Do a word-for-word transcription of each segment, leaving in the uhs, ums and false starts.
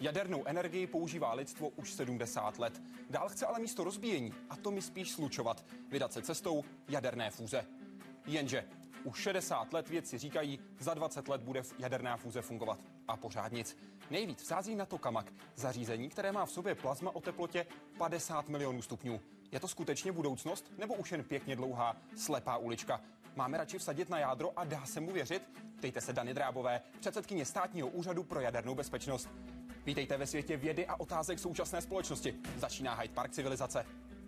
Jadernou energii používá lidstvo už sedmdesát let. Dál chce ale místo rozbíjení atomy spíš slučovat, vydat se cestou jaderné fúze. Jenže už šedesát let vědci říkají, za dvacet let bude jaderná fúze fungovat. A pořád nic. Nejvíc vsází na to Tokamak, zařízení, které má v sobě plazma o teplotě padesát milionů stupňů. Je to skutečně budoucnost, nebo už jen pěkně dlouhá slepá ulička? Máme radši vsadit na jádro a dá se mu věřit? Ptejte se Dany Drábové, předsedkyně Státního úřadu pro jadernou bezpečnost. Vítejte ve světě vědy a otázek současné společnosti. Začíná Hyde Park civilizace.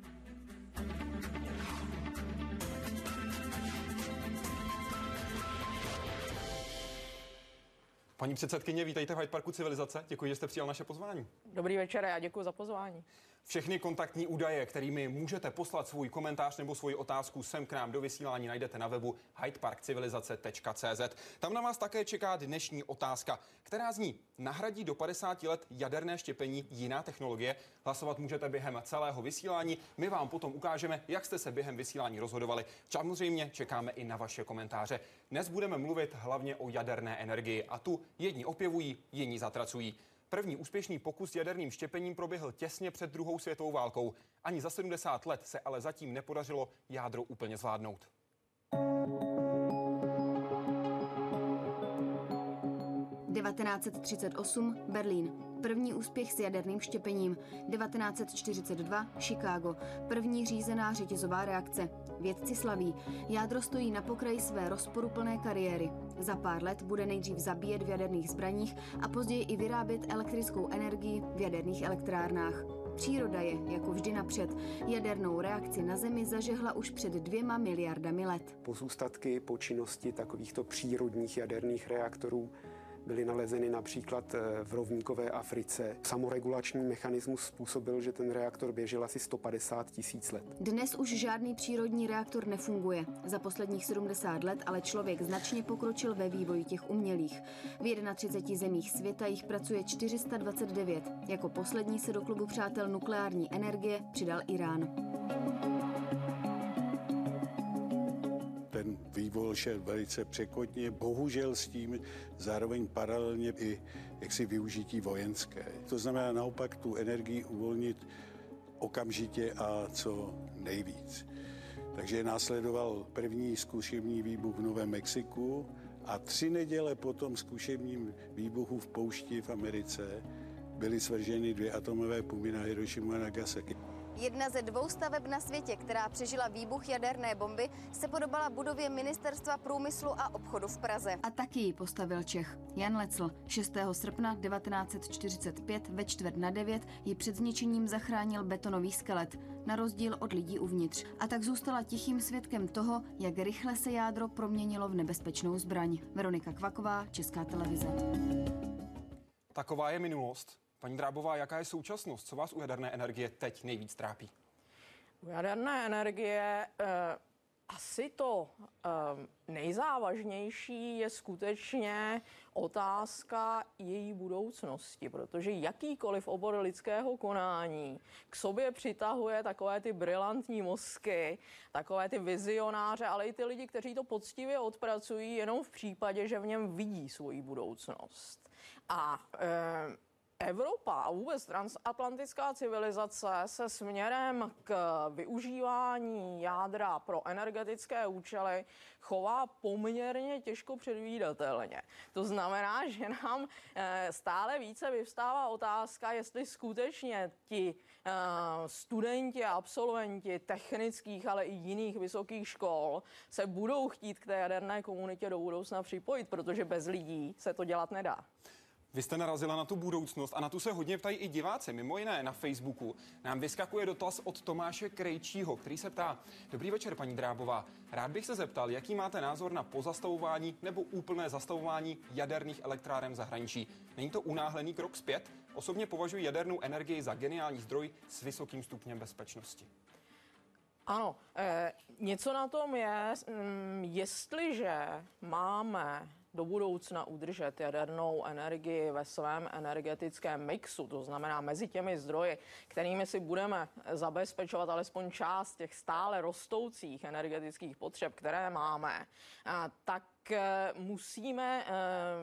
Paní předsedkyně, vítejte v Hyde Parku civilizace. Děkuji, že jste přijal naše pozvání. Dobrý večer, já děkuji za pozvání. Všechny kontaktní údaje, kterými můžete poslat svůj komentář nebo svoji otázku sem k nám do vysílání, najdete na webu hyde park civilizace tečka cé zet. Tam na vás také čeká dnešní otázka, která zní: nahradí do padesáti let jaderné štěpení jiná technologie? Hlasovat můžete během celého vysílání. My vám potom ukážeme, jak jste se během vysílání rozhodovali. Samozřejmě čekáme i na vaše komentáře. Dnes budeme mluvit hlavně o jaderné energii a tu jedni opěvují, jiní zatracují. První úspěšný pokus s jaderným štěpením proběhl těsně před druhou světovou válkou. Ani za sedmdesát let se ale zatím nepodařilo jádro úplně zvládnout. devatenáct set třicet osm Berlín. První úspěch s jaderným štěpením. devatenáct set čtyřicet dva Chicago. První řízená řetězová reakce. Vědci slaví. Jádro stojí na pokraji své rozporuplné kariéry. Za pár let bude nejdřív zabíjet v jaderných zbraních a později i vyrábět elektrickou energii v jaderných elektrárnách. Příroda je, jako vždy napřed. Jadernou reakci na Zemi zažehla už před dvěma miliardami let. Pozůstatky po činnosti takovýchto přírodních jaderných reaktorů byly nalezeny například v rovníkové Africe. Samoregulační mechanismus způsobil, že ten reaktor běžel asi sto padesát tisíc let. Dnes už žádný přírodní reaktor nefunguje. Za posledních sedmdesát let ale člověk značně pokročil ve vývoji těch umělých. V třiceti jedné zemích světa jich pracuje čtyři sta dvacet devět. Jako poslední se do klubu přátel nukleární energie přidal Irán. Ten vývoj šel velice překotně, bohužel s tím zároveň paralelně i jaksi využití vojenské. To znamená naopak tu energii uvolnit okamžitě a co nejvíc. Takže následoval první zkušební výbuch v Novém Mexiku a tři neděle po tom zkušebním výbuchu v poušti v Americe byly svrženy dvě atomové pumy na Hirošimu a Nagasaki. Jedna ze dvou staveb na světě, která přežila výbuch jaderné bomby, se podobala budově Ministerstva průmyslu a obchodu v Praze. A taky ji postavil Čech. Jan Lecl. šestého srpna devatenáct set čtyřicet pět ve čtvrt na devět ji před zničením zachránil betonový skelet, na rozdíl od lidí uvnitř. A tak zůstala tichým svědkem toho, jak rychle se jádro proměnilo v nebezpečnou zbraň. Veronika Kvaková, Česká televize. Taková je minulost. Paní Drábová, jaká je současnost? Co vás u jaderné energie teď nejvíc trápí? U jaderné energie eh, asi to eh, nejzávažnější je skutečně otázka její budoucnosti, protože jakýkoliv obor lidského konání k sobě přitahuje takové ty brilantní mozky, takové ty vizionáře, ale i ty lidi, kteří to poctivě odpracují jenom v případě, že v něm vidí svoji budoucnost. A eh, Evropa a vůbec transatlantická civilizace se směrem k využívání jádra pro energetické účely chová poměrně těžko předvídatelně. To znamená, že nám stále více vyvstává otázka, jestli skutečně ti studenti a absolventi technických, ale i jiných vysokých škol se budou chtít k té jaderné komunitě do budoucna připojit, protože bez lidí se to dělat nedá. Vy jste narazila na tu budoucnost a na tu se hodně ptají i diváci. Mimo jiné na Facebooku nám vyskakuje dotaz od Tomáše Krejčího, který se ptá: Dobrý večer, paní Drábová. Rád bych se zeptal, jaký máte názor na pozastavování nebo úplné zastavování jaderných elektráren v zahraničí. Není to unáhlený krok zpět? Osobně považuji jadernou energii za geniální zdroj s vysokým stupněm bezpečnosti. Ano, eh, něco na tom je, hm, jestliže máme do budoucna udržet jadernou energii ve svém energetickém mixu, to znamená mezi těmi zdroji, kterými si budeme zabezpečovat alespoň část těch stále rostoucích energetických potřeb, které máme, tak musíme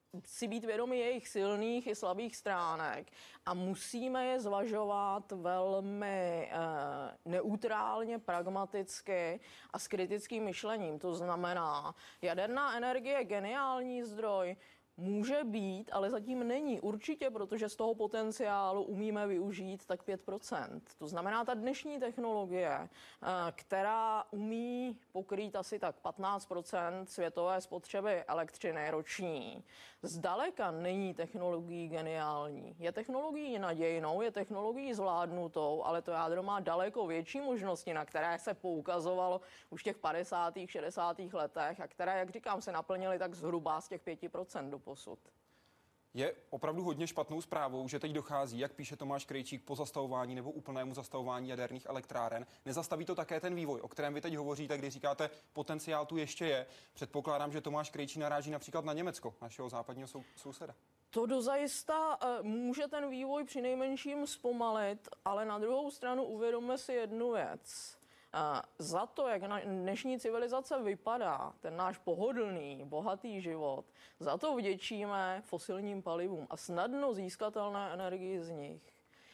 si být vědomi jejich silných i slabých stránek a musíme je zvažovat velmi e, neutrálně, pragmaticky a s kritickým myšlením. To znamená, jaderná energie je geniální zdroj, může být, ale zatím není. Určitě, protože z toho potenciálu umíme využít tak pět procent. To znamená, ta dnešní technologie, která umí pokrýt asi tak patnáct procent světové spotřeby elektřiny roční, zdaleka není technologií geniální. Je technologií nadějnou, je technologií zvládnutou, ale to jádro má daleko větší možnosti, na které se poukazovalo už v těch padesátých, šedesátých letech a které, jak říkám, se naplnily tak zhruba z těch pět procent do posud. Je opravdu hodně špatnou zprávou, že teď dochází, jak píše Tomáš Krejčík, po zastavování nebo úplnému zastavování jaderných elektráren. Nezastaví to také ten vývoj, o kterém vy teď hovoříte, když říkáte, potenciál tu ještě je. Předpokládám, že Tomáš Krejčík naráží například na Německo, našeho západního sou- souseda. To dozajista uh, může ten vývoj přinejmenším zpomalit, ale na druhou stranu uvědomme si jednu věc. Uh, za to, jak na dnešní civilizace vypadá, ten náš pohodlný, bohatý život, za to vděčíme fosilním palivům a snadno získatelné energii z nich.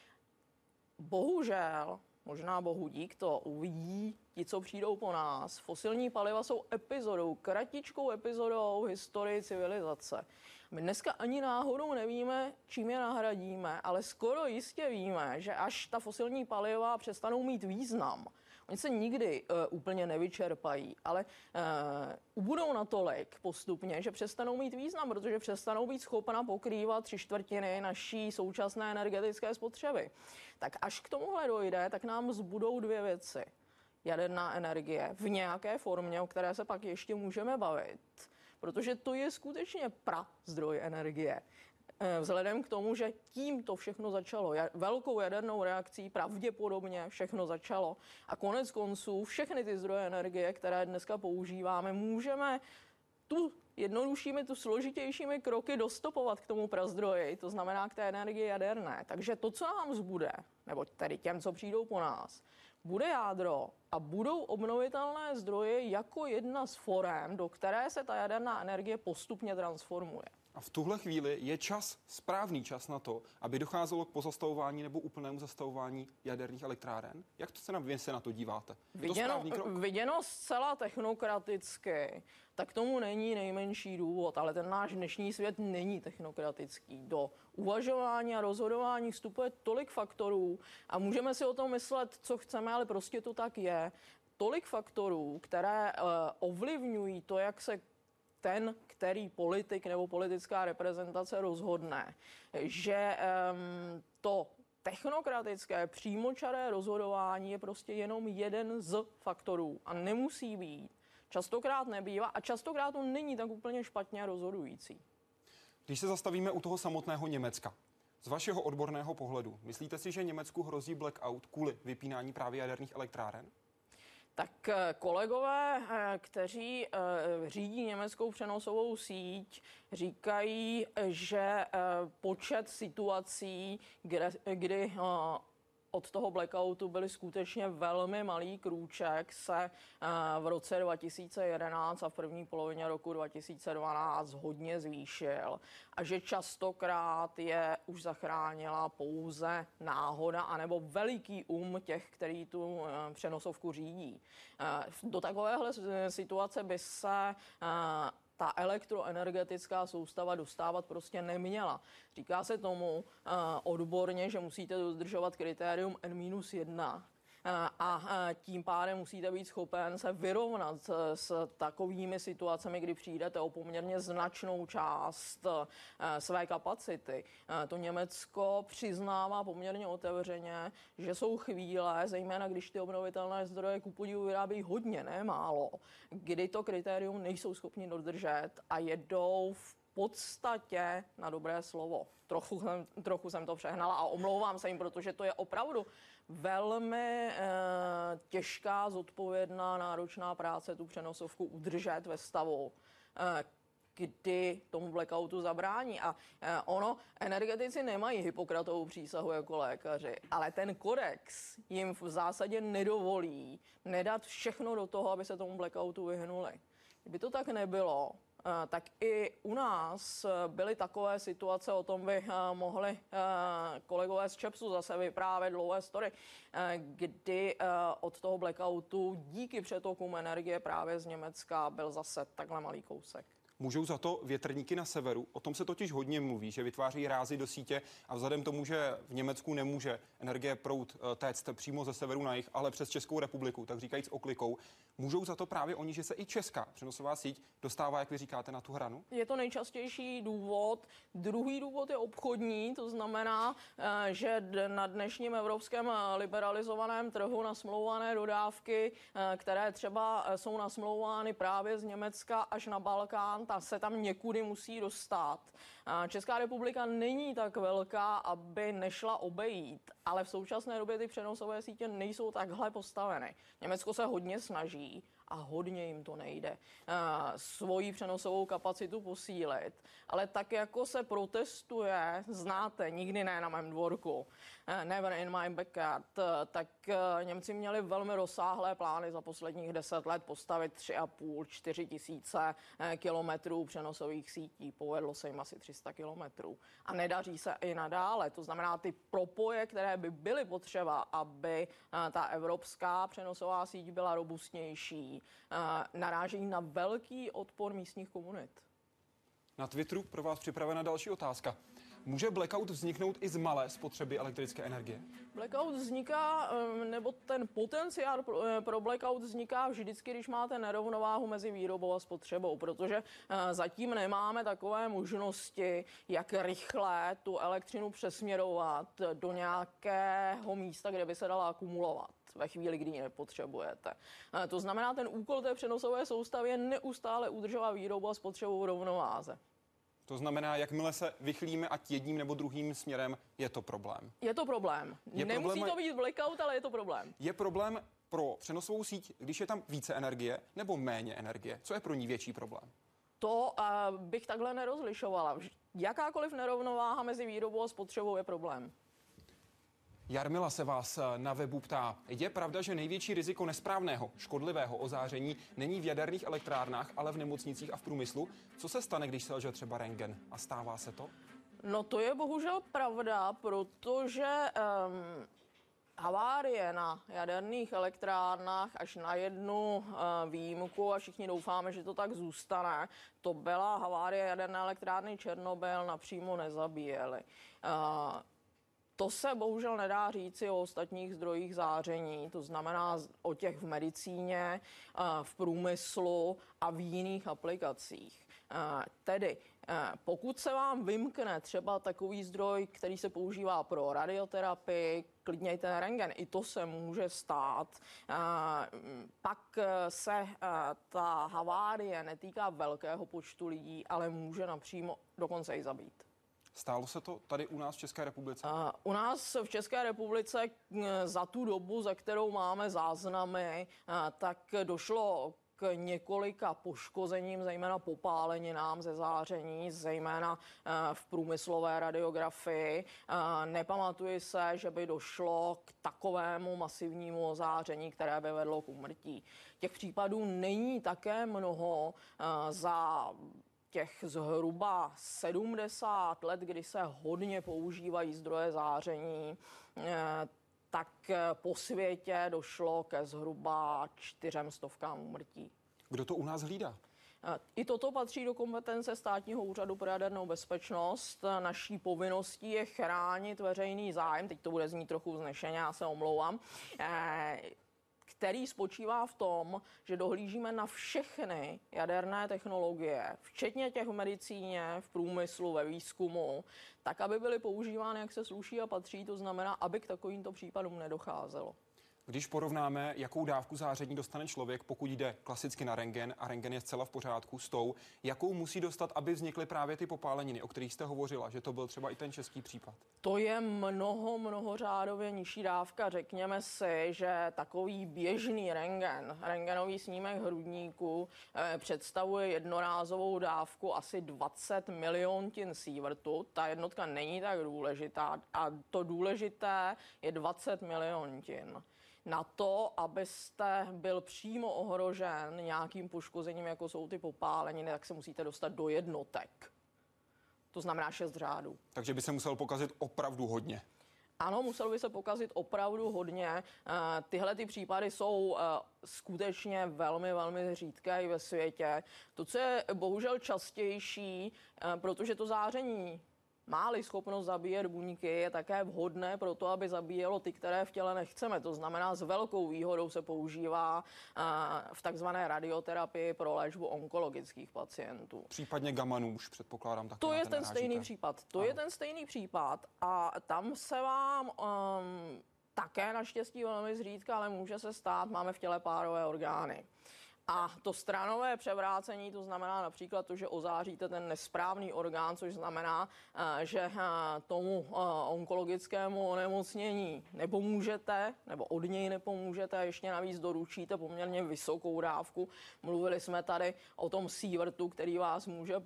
Bohužel, možná bohu dík, to uvidí ti, co přijdou po nás. Fosilní paliva jsou epizodou, kratičkou epizodou historii civilizace. My dneska ani náhodou nevíme, čím je nahradíme, ale skoro jistě víme, že až ta fosilní paliva přestanou mít význam, oni se nikdy uh, úplně nevyčerpají, ale uh, ubudou natolik postupně, že přestanou mít význam, protože přestanou být schopna pokrývat tři čtvrtiny naší současné energetické spotřeby. Tak až k tomuhle dojde, tak nám zbudou dvě věci. Jaderná energie v nějaké formě, o které se pak ještě můžeme bavit, protože to je skutečně prazdroj energie. Vzhledem k tomu, že tím to všechno začalo, velkou jadernou reakcí pravděpodobně všechno začalo. A konec konců všechny ty zdroje energie, které dneska používáme, můžeme tu jednoduššími, tu složitějšími kroky dostopovat k tomu prazdroji, to znamená k té energii jaderné. Takže to, co nám zbude, nebo tedy těm, co přijdou po nás, bude jádro a budou obnovitelné zdroje jako jedna z forem, do které se ta jaderná energie postupně transformuje. A v tuhle chvíli je čas, správný čas na to, aby docházelo k pozastavování nebo úplnému zastavování jaderných elektráren? Jak to se na, vy se na to díváte? Viděno, viděno zcela technokraticky, tak tomu není nejmenší důvod, ale ten náš dnešní svět není technokratický. Do uvažování a rozhodování vstupuje tolik faktorů a můžeme si o tom myslet, co chceme, ale prostě to tak je. Tolik faktorů, které uh, ovlivňují to, jak se ten, který politik nebo politická reprezentace rozhodne, že um, to technokratické, přímočaré rozhodování je prostě jenom jeden z faktorů a nemusí být. Častokrát nebývá a častokrát to není tak úplně špatně rozhodující. Když se zastavíme u toho samotného Německa, z vašeho odborného pohledu, myslíte si, že Německu hrozí blackout kvůli vypínání právě jaderných elektráren? Tak kolegové, kteří řídí německou přenosovou síť, říkají, že počet situací, kde, kdy od toho blackoutu byly skutečně velmi malý krůček, se v roce dva tisíce jedenáct a v první polovině roku dva tisíce dvanáct hodně zvýšil a že častokrát je už zachránila pouze náhoda anebo veliký um těch, kteří tu přenosovku řídí. Do takovéhle situace by se ta elektroenergetická soustava dostávat prostě neměla. Říká se tomu uh, odborně, že musíte dodržovat kritérium N minus jedna. Uh, a uh, tím pádem musíte být schopen se vyrovnat s, s takovými situacemi, kdy přijdete o poměrně značnou část uh, své kapacity. Uh, to Německo přiznává poměrně otevřeně, že jsou chvíle, zejména když ty obnovitelné zdroje ku podivu vyrábějí hodně, ne málo, kdy to kritérium nejsou schopni dodržet a jedou v podstatě na dobré slovo. Trochu jsem, trochu jsem to přehnala a omlouvám se jim, protože to je opravdu velmi e, těžká, zodpovědná, náročná práce tu přenosovku udržet ve stavu, e, kdy tomu blackoutu zabrání. A e, ono, energetici nemají Hippokratovou přísahu jako lékaři, ale ten kodex jim v zásadě nedovolí nedat všechno do toho, aby se tomu blackoutu vyhnuli. Kdyby to tak nebylo, tak i u nás byly takové situace, o tom by mohli kolegové z ČEPSu zase vyprávět dlouhé story, kdy od toho blackoutu díky přetokům energie právě z Německa byl zase takhle malý kousek. Můžou za to větrníky na severu? O tom se totiž hodně mluví, že vytváří rázy do sítě a vzhledem tomu, že v Německu nemůže energie proud téct přímo ze severu na jih, ale přes Českou republiku, tak říkajíc oklikou, můžou za to právě oni, že se i česká přenosová síť dostává, jak vy říkáte, na tu hranu? Je to nejčastější důvod. Druhý důvod je obchodní, to znamená, že na dnešním evropském liberalizovaném trhu nasmlouvané dodávky, které třeba jsou nasmlouvány právě z Německa až na Balkán, ta se tam někudy musí dostat. Česká republika není tak velká, aby nešla obejít, ale v současné době ty přenosové sítě nejsou takhle postaveny. Německo se hodně snaží a hodně jim to nejde svoji přenosovou kapacitu posílit. Ale tak, jako se protestuje, znáte, nikdy ne na mém dvorku, never in my backyard, tak Němci měli velmi rozsáhlé plány za posledních deset let postavit tři a půl, čtyři tisíce kilometrů přenosových sítí. Povedlo se jim asi tři sta kilometrů. A nedaří se i nadále. To znamená, ty propoje, které by byly potřeba, aby ta evropská přenosová síť byla robustnější, narážejí na velký odpor místních komunit. Na Twitteru pro vás připravena další otázka. Může blackout vzniknout i z malé spotřeby elektrické energie? Blackout vzniká, nebo ten potenciál pro blackout vzniká vždycky, když máte nerovnováhu mezi výrobou a spotřebou, protože zatím nemáme takové možnosti, jak rychle tu elektřinu přesměrovat do nějakého místa, kde by se dala akumulovat ve chvíli, kdy ji nepotřebujete. To znamená, ten úkol té přenosové soustavy je neustále udržovat výrobu a spotřebu v rovnováze. To znamená, jakmile se vychýlíme ať jedním nebo druhým směrem, je to problém. Je to problém. Je Nemusí problém, to být blackout, ale je to problém. Je problém pro přenosovou síť, když je tam více energie nebo méně energie? Co je pro ní větší problém? To uh, bych takhle nerozlišovala. Jakákoliv nerovnováha mezi výrobou a spotřebou je problém. Jarmila se vás na webu ptá, je pravda, že největší riziko nesprávného, škodlivého ozáření není v jaderných elektrárnách, ale v nemocnicích a v průmyslu? Co se stane, když selže třeba rentgen? A stává se to? No to je bohužel pravda, protože um, havárie na jaderných elektrárnách až na jednu uh, výjimku, a všichni doufáme, že to tak zůstane, to byla havárie jaderné elektrárny Černobyl, napřímo nezabíjeli. Uh, To se bohužel nedá říci o ostatních zdrojích záření, to znamená o těch v medicíně, v průmyslu a v jiných aplikacích. Tedy pokud se vám vymkne třeba takový zdroj, který se používá pro radioterapii, klidně i ten rentgen, i to se může stát, pak se ta havárie netýká velkého počtu lidí, ale může napřímo dokonce i zabít. Stálo se to tady u nás v České republice? Uh, u nás v České republice za tu dobu, za kterou máme záznamy, uh, tak došlo k několika poškozením, zejména popáleninám ze záření, zejména uh, v průmyslové radiografii. Uh, nepamatuji se, že by došlo k takovému masivnímu záření, které by vedlo k úmrtí. Těch případů není také mnoho uh, za těch zhruba sedmdesát let, kdy se hodně používají zdroje záření, tak po světě došlo ke zhruba čtyřem stovkám úmrtí. Kdo to u nás hlídá? I toto patří do kompetence Státního úřadu pro jadernou bezpečnost. Naší povinností je chránit veřejný zájem, teď to bude znít trochu vznešeně, já se omlouvám, který spočívá v tom, že dohlížíme na všechny jaderné technologie, včetně těch v medicíně, v průmyslu, ve výzkumu, tak, aby byly používány, jak se sluší a patří, to znamená, aby k takovýmto případům nedocházelo. Když porovnáme, jakou dávku záření dostane člověk, pokud jde klasicky na rentgen, a rentgen je zcela v pořádku, s tou, jakou musí dostat, aby vznikly právě ty popáleniny, o kterých jste hovořila, že to byl třeba i ten český případ? To je mnoho, mnohořádově nižší dávka. Řekněme si, že takový běžný rentgen, rentgenový snímek hrudníku, eh, představuje jednorázovou dávku asi dvacet miliontin sievertu. Ta jednotka není tak důležitá a to důležité je dvacet miliontin. Na to, abyste byl přímo ohrožen nějakým poškozením, jako jsou ty popáleniny, tak se musíte dostat do jednotek. To znamená šest řádů. Takže by se musel pokazit opravdu hodně. Ano, muselo by se pokazit opravdu hodně. Tyhle ty případy jsou skutečně velmi, velmi řídké i ve světě. To, co je bohužel častější, protože to záření má-li schopnost zabíjet buňky, je také vhodné pro to, aby zabíjelo ty, které v těle nechceme. To znamená, s velkou výhodou se používá v takzvané radioterapii pro léčbu onkologických pacientů. Případně gamma nůž, předpokládám také. To je ten narážíte. stejný případ. To ano. je ten stejný případ a tam se vám um, také naštěstí velmi zřídka, ale může se stát, máme v těle párové orgány. A to stranové převrácení, to znamená například to, že ozáříte ten nesprávný orgán, což znamená, že tomu onkologickému onemocnění nepomůžete, nebo od něj nepomůžete, a ještě navíc doručíte poměrně vysokou dávku. Mluvili jsme tady o tom sievertu, který vás může,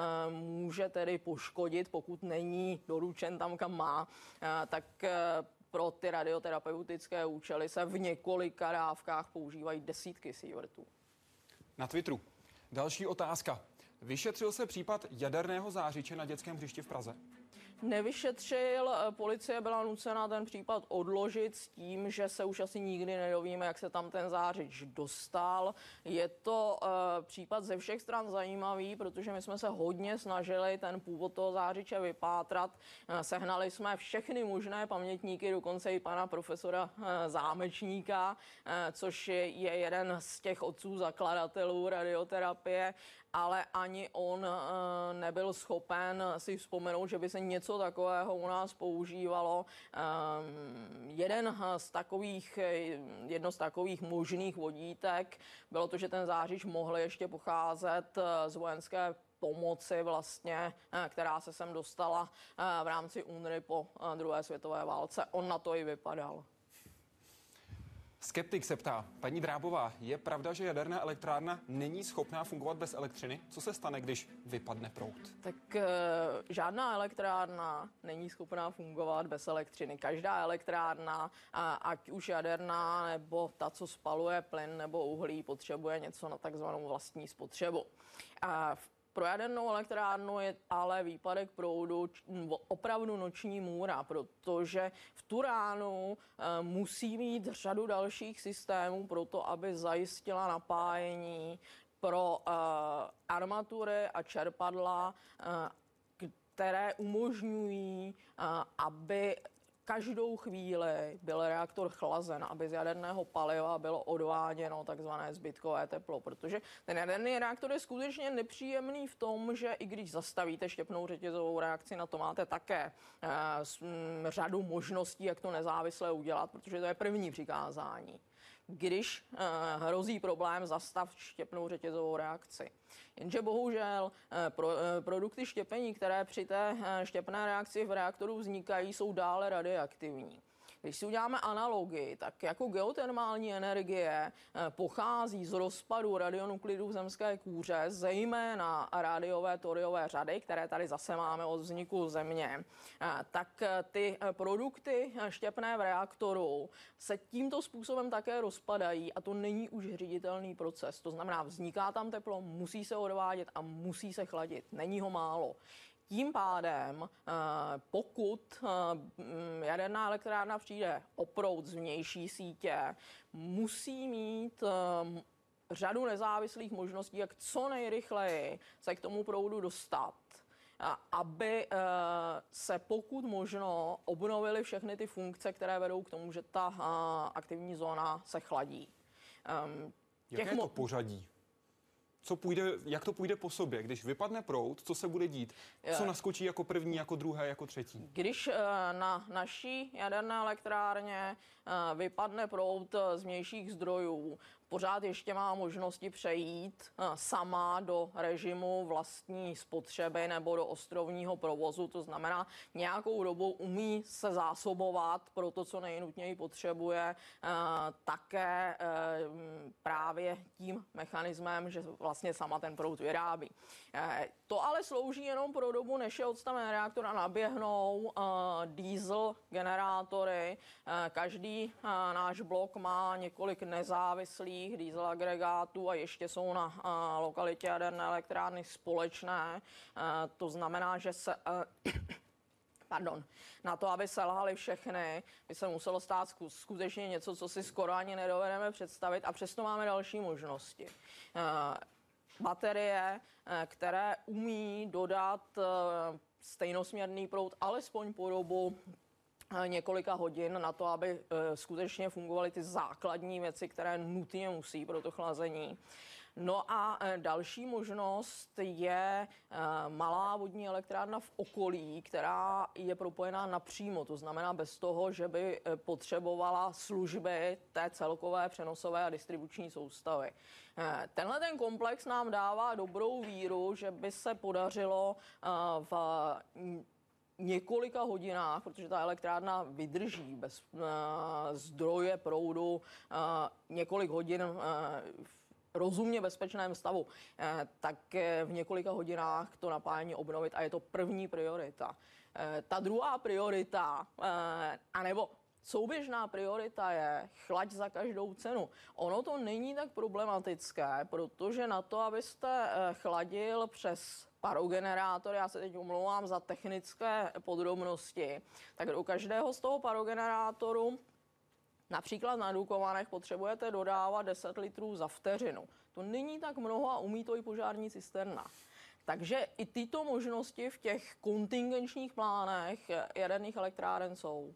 může tedy poškodit, pokud není doručen tam, kam má, tak pro ty radioterapeutické účely se v několika dávkách používají desítky sievertů. Na Twitteru. Další otázka. Vyšetřil se případ jaderného zářiče na dětském hřišti v Praze? Nevyšetřil, policie byla nucena ten případ odložit s tím, že se už asi nikdy nedovíme, jak se tam ten zářič dostal. Je to uh, případ ze všech stran zajímavý, protože my jsme se hodně snažili ten původ toho zářiče vypátrat. Uh, sehnali jsme všechny možné pamětníky, dokonce i pana profesora uh, Zámečníka, uh, což je, je jeden z těch otců zakladatelů radioterapie, ale ani on uh, nebyl schopen si vzpomenout, že by se něco takového u nás používalo. Um, jeden z takových, jedno z takových možných vodítek bylo to, že ten zářič mohl ještě pocházet z vojenské pomoci vlastně, která se sem dostala v rámci únry po druhé světové válce. On na to i vypadal. Skeptik se ptá, paní Drábová, je pravda, že jaderná elektrárna není schopná fungovat bez elektřiny? Co se stane, když vypadne proud? Tak e, žádná elektrárna není schopná fungovat bez elektřiny. Každá elektrárna, a, ať už jaderná, nebo ta, co spaluje plyn nebo uhlí, potřebuje něco na takzvanou vlastní spotřebu. A v Pro jadernou elektrárnu je ale výpadek proudu opravdu noční můra, protože v tu ránu e, musí mít řadu dalších systémů pro to, aby zajistila napájení pro e, armatury a čerpadla, e, které umožňují, e, aby každou chvíli byl reaktor chlazen, aby z jaderného paliva bylo odváděno takzvané zbytkové teplo, protože ten jaderný reaktor je skutečně nepříjemný v tom, že i když zastavíte štěpnou řetězovou reakci, na to máte také eh, řadu možností, jak to nezávisle udělat, protože to je první přikázání. Když eh, hrozí problém, zastav štěpnou řetězovou reakci. Jenže bohužel eh, pro, eh, produkty štěpení, které při té eh, štěpné reakci v reaktoru vznikají, jsou dále radioaktivní. Když si uděláme analogii, tak jako geotermální energie pochází z rozpadu radionuklidů v zemské kůře, zejména rádiové toriové řady, které tady zase máme od vzniku Země, tak ty produkty štěpné v reaktoru se tímto způsobem také rozpadají a to není už říditelný proces. To znamená, vzniká tam teplo, musí se odvádět a musí se chladit. Není ho málo. Tím pádem, pokud jaderná elektrárna přijde o proud z vnější sítě, musí mít řadu nezávislých možností, jak co nejrychleji se k tomu proudu dostat, aby se pokud možno obnovily všechny ty funkce, které vedou k tomu, že ta aktivní zóna se chladí. Jaké je to pořadí? Co půjde, jak to půjde po sobě? Když vypadne proud, co se bude dít? Co naskočí jako první, jako druhé, jako třetí? Když na naší jaderné elektrárně vypadne proud z vnějších zdrojů, pořád ještě má možnosti přejít sama do režimu vlastní spotřeby nebo do ostrovního provozu. To znamená, nějakou dobu umí se zásobovat pro to, co nejnutněji potřebuje, také právě tím mechanismem, že vlastně sama ten proud vyrábí. To ale slouží jenom pro dobu, než je odstaven reaktor a naběhnou diesel generátory. Každý náš blok má několik nezávislých diesel agregátů a ještě jsou na lokalitě jaderné elektrárny společné. To znamená, že se... Pardon. Na to, aby selhaly všechny, by se muselo stát skutečně něco, co si skoro ani nedovedeme představit, a přesto máme další možnosti. Baterie, které umí dodat stejnosměrný proud alespoň po dobu několika hodin na to, aby skutečně fungovaly ty základní věci, které nutně musí pro to chlazení. No a další možnost je malá vodní elektrárna v okolí, která je propojená napřímo, to znamená bez toho, že by potřebovala služby té celkové přenosové a distribuční soustavy. Tenhle ten komplex nám dává dobrou víru, že by se podařilo v několika hodinách, protože ta elektrárna vydrží bez uh, zdroje proudu uh, několik hodin uh, v rozumně bezpečném stavu, uh, tak v několika hodinách to napájení obnovit a je to první priorita. Uh, ta druhá priorita, uh, anebo souběžná priorita je chlať za každou cenu. Ono to není tak problematické, protože na to, abyste uh, chladil přes parogenerátor, já se teď omlouvám za technické podrobnosti, tak do každého z toho parogenerátoru, například na Dukovanech, potřebujete dodávat deset litrů za vteřinu. To není tak mnoho a umí to i požární cisterna. Takže i tyto možnosti v těch kontingenčních plánech jaderných elektráren jsou.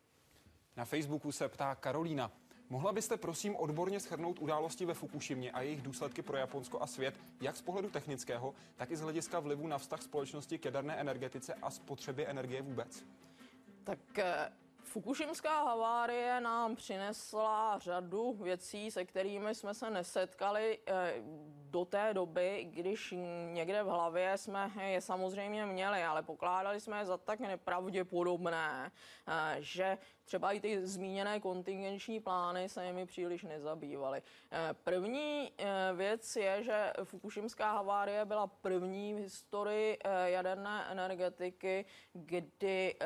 Na Facebooku se ptá Karolína. Mohla byste prosím odborně shrnout události ve Fukušimě a jejich důsledky pro Japonsko a svět, jak z pohledu technického, tak i z hlediska vlivu na vztah společnosti k jaderné energetice a spotřebě energie vůbec? Tak fukušimská havárie nám přinesla řadu věcí, se kterými jsme se nesetkali do té doby, když někde v hlavě jsme je samozřejmě měli, ale pokládali jsme je za tak nepravděpodobné, že třeba i ty zmíněné kontingenční plány se jimi příliš nezabývaly. První věc je, že fukušimská havárie byla první v historii jaderné energetiky, kdy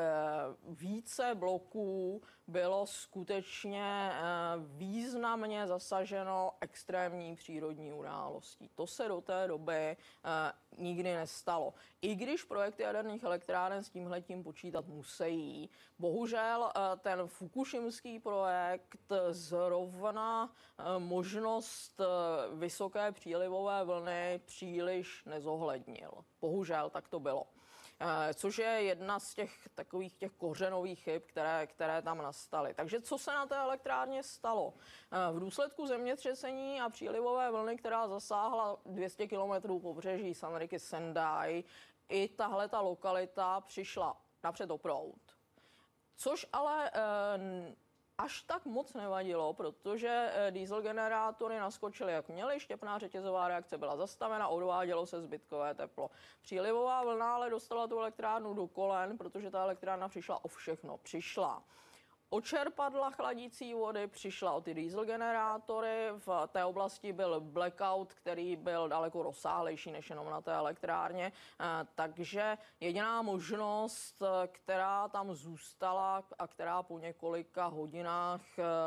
více bloků bylo skutečně významně zasaženo extrémní přírodní událostí. To se do té doby nikdy nestalo. I když projekty jaderných elektráren s tímhletím počítat musí, bohužel ten fukušimský projekt zrovna možnost vysoké přílivové vlny příliš nezohlednil. Bohužel tak to bylo. Což je jedna z těch takových těch kořenových chyb, které, které tam nastaly. Takže co se na té elektrárně stalo? V důsledku zemětřesení a přílivové vlny, která zasáhla dvě stě kilometrů pobřeží Sanriky Sendai, i tahle ta lokalita přišla napřed o proud. Což ale eh, až tak moc nevadilo, protože diesel generátory naskočily, jak měly, štěpná řetězová reakce byla zastavena, odvádělo se zbytkové teplo. Přílivová vlna ale dostala tu elektrárnu do kolen, protože ta elektrárna přišla o všechno. Přišla o čerpadla chladící vody, přišla o ty diesel generátory, v té oblasti byl blackout, který byl daleko rozsáhlejší než jenom na té elektrárně, takže jediná možnost, která tam zůstala a která po několika hodinách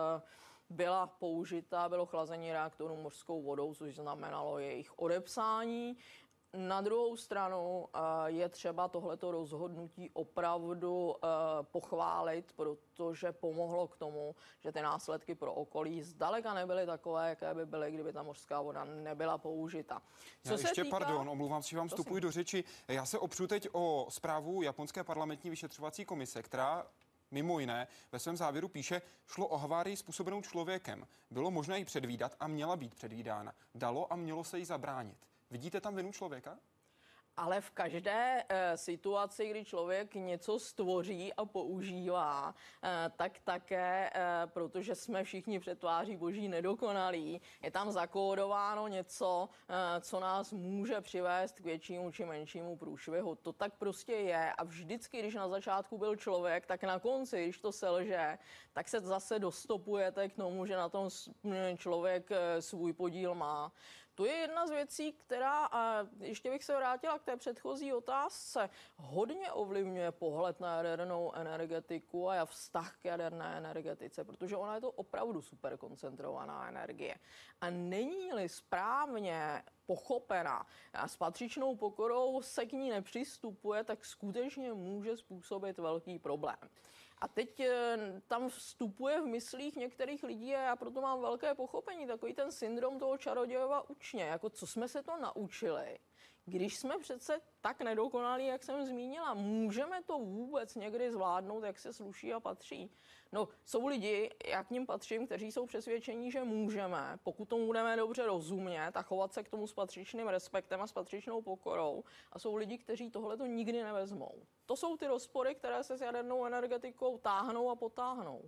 byla použita, bylo chlazení reaktorů mořskou vodou, což znamenalo jejich odepsání. Na druhou stranu je třeba tohleto rozhodnutí opravdu pochválit, protože pomohlo k tomu, že ty následky pro okolí zdaleka nebyly takové, jaké by byly, kdyby ta mořská voda nebyla použita. Co Já se ještě, týká... pardon, omlouvám se, že vám vstupuji do řeči. Já se opřu teď o zprávu japonské parlamentní vyšetřovací komise, která mimo jiné ve svém závěru píše, šlo o havárii způsobenou člověkem. Bylo možné ji předvídat a měla být předvídána. Dalo a mělo se jí zabránit. Vidíte tam vinu člověka? Ale v každé e, situaci, kdy člověk něco stvoří a používá, e, tak také, e, protože jsme všichni před tváří boží nedokonalí, je tam zakódováno něco, e, co nás může přivést k většímu či menšímu průšvihu. To tak prostě je a vždycky, když na začátku byl člověk, tak na konci, když to selže, tak se zase dostopujete k tomu, že na tom člověk svůj podíl má. To je jedna z věcí, která, a ještě bych se vrátila k té předchozí otázce, hodně ovlivňuje pohled na jadernou energetiku a vztah k jaderné energetice, protože ona je to opravdu superkoncentrovaná energie. A není-li správně pochopena a s patřičnou pokorou se k ní nepřistupuje, tak skutečně může způsobit velký problém. A teď tam vstupuje v myslích některých lidí a já proto mám velké pochopení, takový ten syndrom toho čarodějova učně, jako co jsme se to naučili. Když jsme přece tak nedokonalí, jak jsem zmínila, můžeme to vůbec někdy zvládnout, jak se sluší a patří? No, jsou lidi, já k nim patřím, kteří jsou přesvědčení, že můžeme, pokud tomu budeme dobře rozumět a chovat se k tomu s patřičným respektem a s patřičnou pokorou. A jsou lidi, kteří tohle to nikdy nevezmou. To jsou ty rozpory, které se s jadernou energetikou táhnou a potáhnou.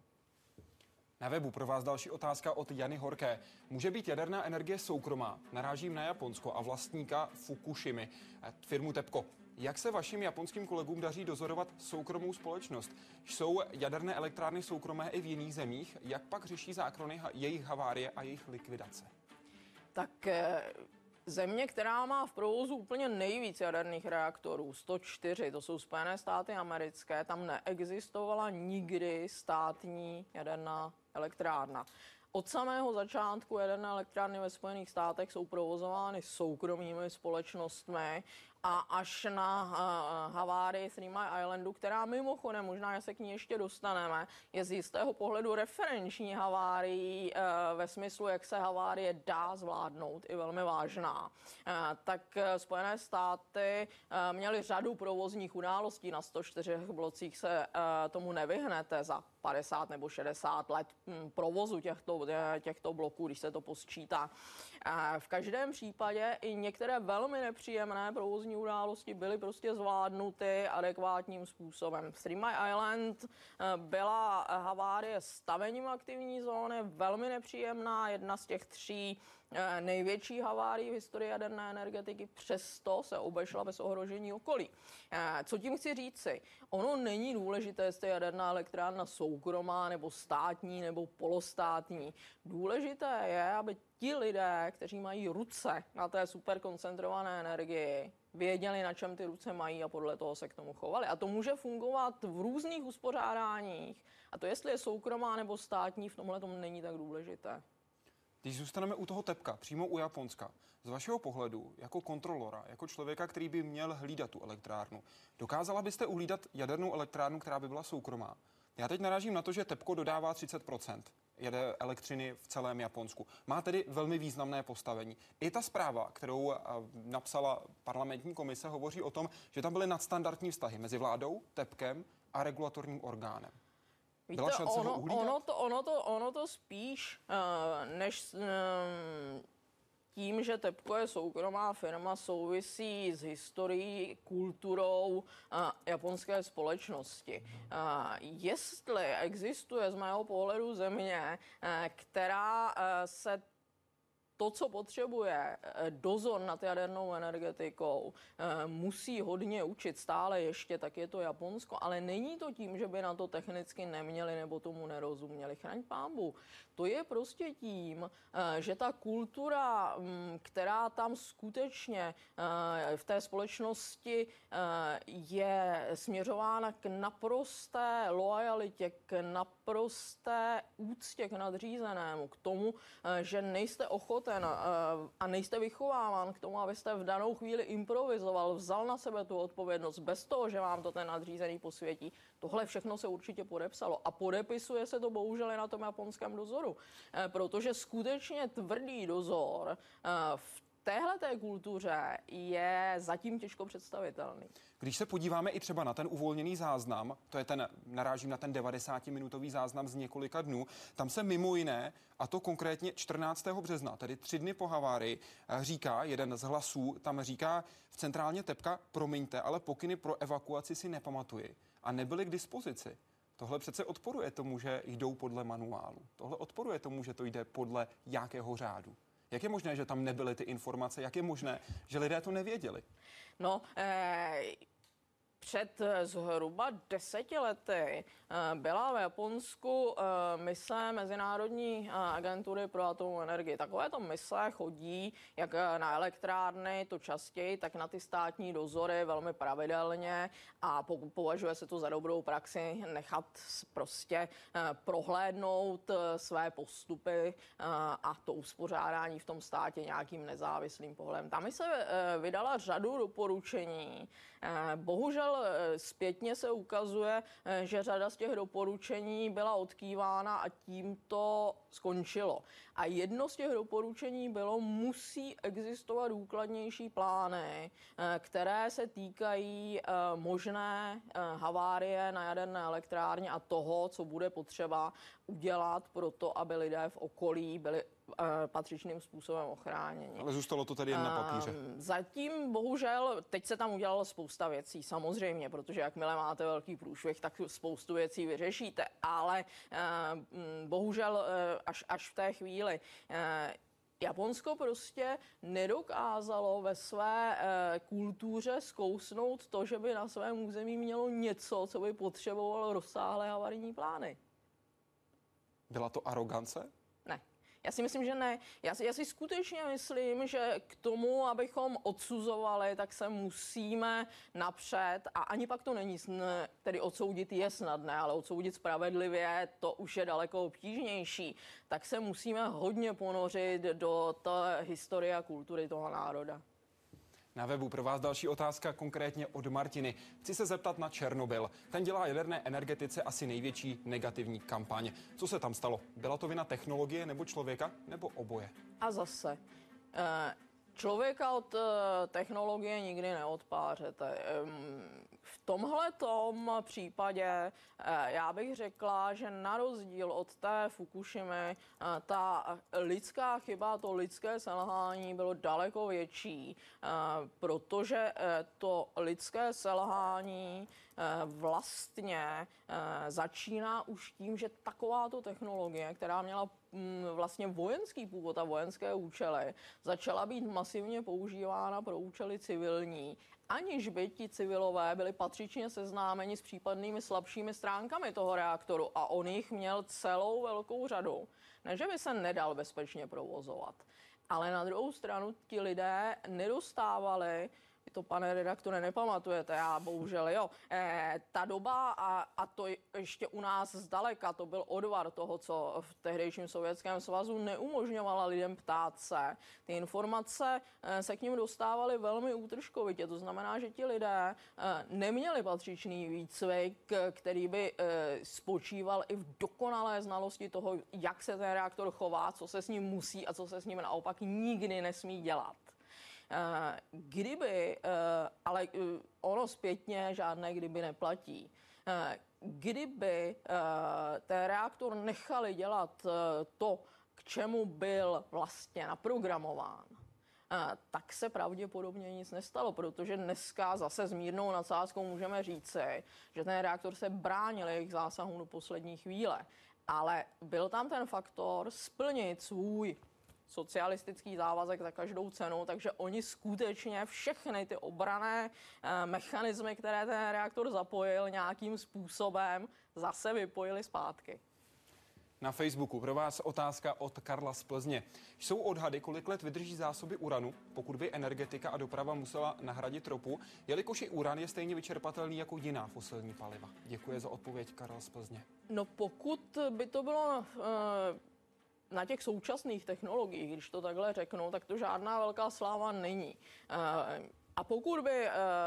Na webu pro vás další otázka od Jany Horké. Může být jaderná energie soukromá? Narážím na Japonsko a vlastníka Fukushimy, firmu TEPCO. Jak se vašim japonským kolegům daří dozorovat soukromou společnost? Jsou jaderné elektrárny soukromé i v jiných zemích? Jak pak řeší zákony jejich havárie a jejich likvidace? Tak země, která má v provozu úplně nejvíc jaderných reaktorů, sto čtyři, to jsou Spojené státy americké, tam neexistovala nikdy státní jaderná elektrárna. Od samého začátku jaderné elektrárny ve Spojených státech jsou provozovány soukromými společnostmi a až na uh, havárii Three Mile Islandu, která mimochodem, možná se k ní ještě dostaneme, je z jistého pohledu referenční havárií uh, ve smyslu, jak se havárie dá zvládnout, i velmi vážná. Uh, tak uh, Spojené státy uh, měly řadu provozních událostí, na sto čtyřech blocích se uh, tomu nevyhnete za padesát nebo šedesát let hm, provozu těchto, těchto bloků, když se to posčítá. Uh, v každém případě i některé velmi nepříjemné provozní události byly prostě zvládnuty adekvátním způsobem. V Three Mile Island byla havárie stavením aktivní zóny, velmi nepříjemná, jedna z těch tří největší havárií v historii jaderné energetiky, přesto se obešla bez ohrožení okolí. Co tím chci říci? Ono není důležité, jestli je jaderná elektrárna soukromá nebo státní nebo polostátní. Důležité je, aby ti lidé, kteří mají ruce na té superkoncentrované energii, věděli, na čem ty ruce mají a podle toho se k tomu chovali. A to může fungovat v různých uspořádáních. A to, jestli je soukromá nebo státní, v tomhle tomu není tak důležité. Když zůstaneme u toho TEPCA, přímo u Japonska, z vašeho pohledu, jako kontrolora, jako člověka, který by měl hlídat tu elektrárnu, dokázala byste uhlídat jadernou elektrárnu, která by byla soukromá? Já teď narážím na to, že TEPCO dodává třicet procent jede elektřiny v celém Japonsku. Má tedy velmi významné postavení. I ta zpráva, kterou napsala parlamentní komise, hovoří o tom, že tam byly nadstandardní vztahy mezi vládou, TEPCem a regulatorním orgánem. Víte, ono, ono, to, ono, to, ono to spíš uh, než uh, tím, že TEPCO je soukromá firma, souvisí s historií, kulturou uh, japonské společnosti. Uh, jestli existuje z mého pohledu země, uh, která uh, se to, co potřebuje dozor nad jadernou energetikou, musí hodně učit stále ještě, tak je to Japonsko. Ale není to tím, že by na to technicky neměli nebo tomu nerozuměli. Chraň pánbu. To je prostě tím, že ta kultura, která tam skutečně v té společnosti je směřována k naprosté loajalitě, k naprosté úctě k nadřízenému, k tomu, že nejste ochoten a nejste vychováván k tomu, abyste v danou chvíli improvizoval, vzal na sebe tu odpovědnost bez toho, že vám to ten nadřízený posvětí. Tohle všechno se určitě podepsalo a podepisuje se to bohužel i na tom japonském dozoru, protože skutečně tvrdý dozor v téhleté kultuře je zatím těžko představitelný. Když se podíváme i třeba na ten uvolněný záznam, to je ten, narážím na ten devadesátiminutový záznam z několika dnů, tam se mimo jiné, a to konkrétně čtrnáctého března, tedy tři dny po havárii, říká, jeden z hlasů tam říká v centrálně Tepka, promiňte, ale pokyny pro evakuaci si nepamatuji a nebyly k dispozici. Tohle přece odporuje tomu, že jdou podle manuálu. Tohle odporuje tomu, že to jde podle jakého řádu. Jak je možné, že tam nebyly ty informace? Jak je možné, že lidé to nevěděli? No, eh, před zhruba deseti lety byla v Japonsku mise Mezinárodní agentury pro atomovou energii. Takovéto mise chodí jak na elektrárny, to častěji, tak na ty státní dozory velmi pravidelně a považuje se to za dobrou praxi nechat prostě prohlédnout své postupy a to uspořádání v tom státě nějakým nezávislým pohledem. Ta mise vydala řadu doporučení. Bohužel zpětně se ukazuje, že řada z těch doporučení byla odkývána a tím to skončilo. A jedno z těch doporučení bylo, musí existovat důkladnější plány, které se týkají možné havárie na jaderné elektrárně a toho, co bude potřeba udělat pro to, aby lidé v okolí byli patřičným způsobem ochráněni. Ale zůstalo to tady jen na papíře. Zatím bohužel, teď se tam udělalo spousta věcí, samozřejmě, protože jakmile máte velký průšvih, tak spoustu věcí vyřešíte, ale bohužel až, až v té chvíli Japonsko prostě nedokázalo ve své e, kultuře zkousnout to, že by na svém území mělo něco, co by potřebovalo rozsáhlé havarijní plány. Byla to arogance? Ne. Já si myslím, že ne. Já si, já si skutečně myslím, že k tomu, abychom odsuzovali, tak se musíme napřed, a ani pak to není, tedy odsoudit je snadné, ale odsoudit spravedlivě, to už je daleko obtížnější, tak se musíme hodně ponořit do té historie a kultury toho národa. Na webu pro vás další otázka, konkrétně od Martiny. Chci se zeptat na Černobyl. Ten dělá jaderné energetice asi největší negativní kampaň. Co se tam stalo? Byla to vina technologie nebo člověka, nebo oboje? A zase, člověka od technologie nikdy neodpářete. V tomhletom případě já bych řekla, že na rozdíl od té Fukušimy ta lidská chyba, to lidské selhání bylo daleko větší, protože to lidské selhání vlastně začíná už tím, že takováto technologie, která měla vlastně vojenský původ a vojenské účely, začala být masivně používána pro účely civilní, aniž by ti civilové byli patřičně seznámeni s případnými slabšími stránkami toho reaktoru a on jich měl celou velkou řadu. Ne, že by se nedal bezpečně provozovat, ale na druhou stranu ti lidé nedostávali, vy to, pane redaktore, nepamatujete, já bohužel jo, e, ta doba a, a to ještě u nás zdaleka, to byl odvar toho, co v tehdejším Sovětském svazu neumožňovala lidem ptát se. Ty informace e, se k nim dostávaly velmi útržkovitě, to znamená, že ti lidé e, neměli patřičný výcvik, který by e, spočíval i v dokonalé znalosti toho, jak se ten reaktor chová, co se s ním musí a co se s ním naopak nikdy nesmí dělat. Kdyby, ale ono zpětně žádné kdyby neplatí, kdyby ten reaktor nechali dělat to, k čemu byl vlastně naprogramován, tak se pravděpodobně nic nestalo, protože dneska zase s mírnou nadsázkou můžeme říci, že ten reaktor se bránil jejich zásahů do poslední chvíle. Ale byl tam ten faktor splnit svůj socialistický závazek za každou cenu, takže oni skutečně všechny ty obranné e, mechanismy, které ten reaktor zapojil, nějakým způsobem zase vypojili zpátky. Na Facebooku pro vás otázka od Karla z Plzně. Jsou odhady, kolik let vydrží zásoby uranu, pokud by energetika a doprava musela nahradit ropu, jelikož i uran je stejně vyčerpatelný jako jiná fosilní paliva? Děkuji za odpověď, Karel z Plzně. No pokud by to bylo E, na těch současných technologiích, když to takhle řeknu, tak to žádná velká sláva není. A pokud by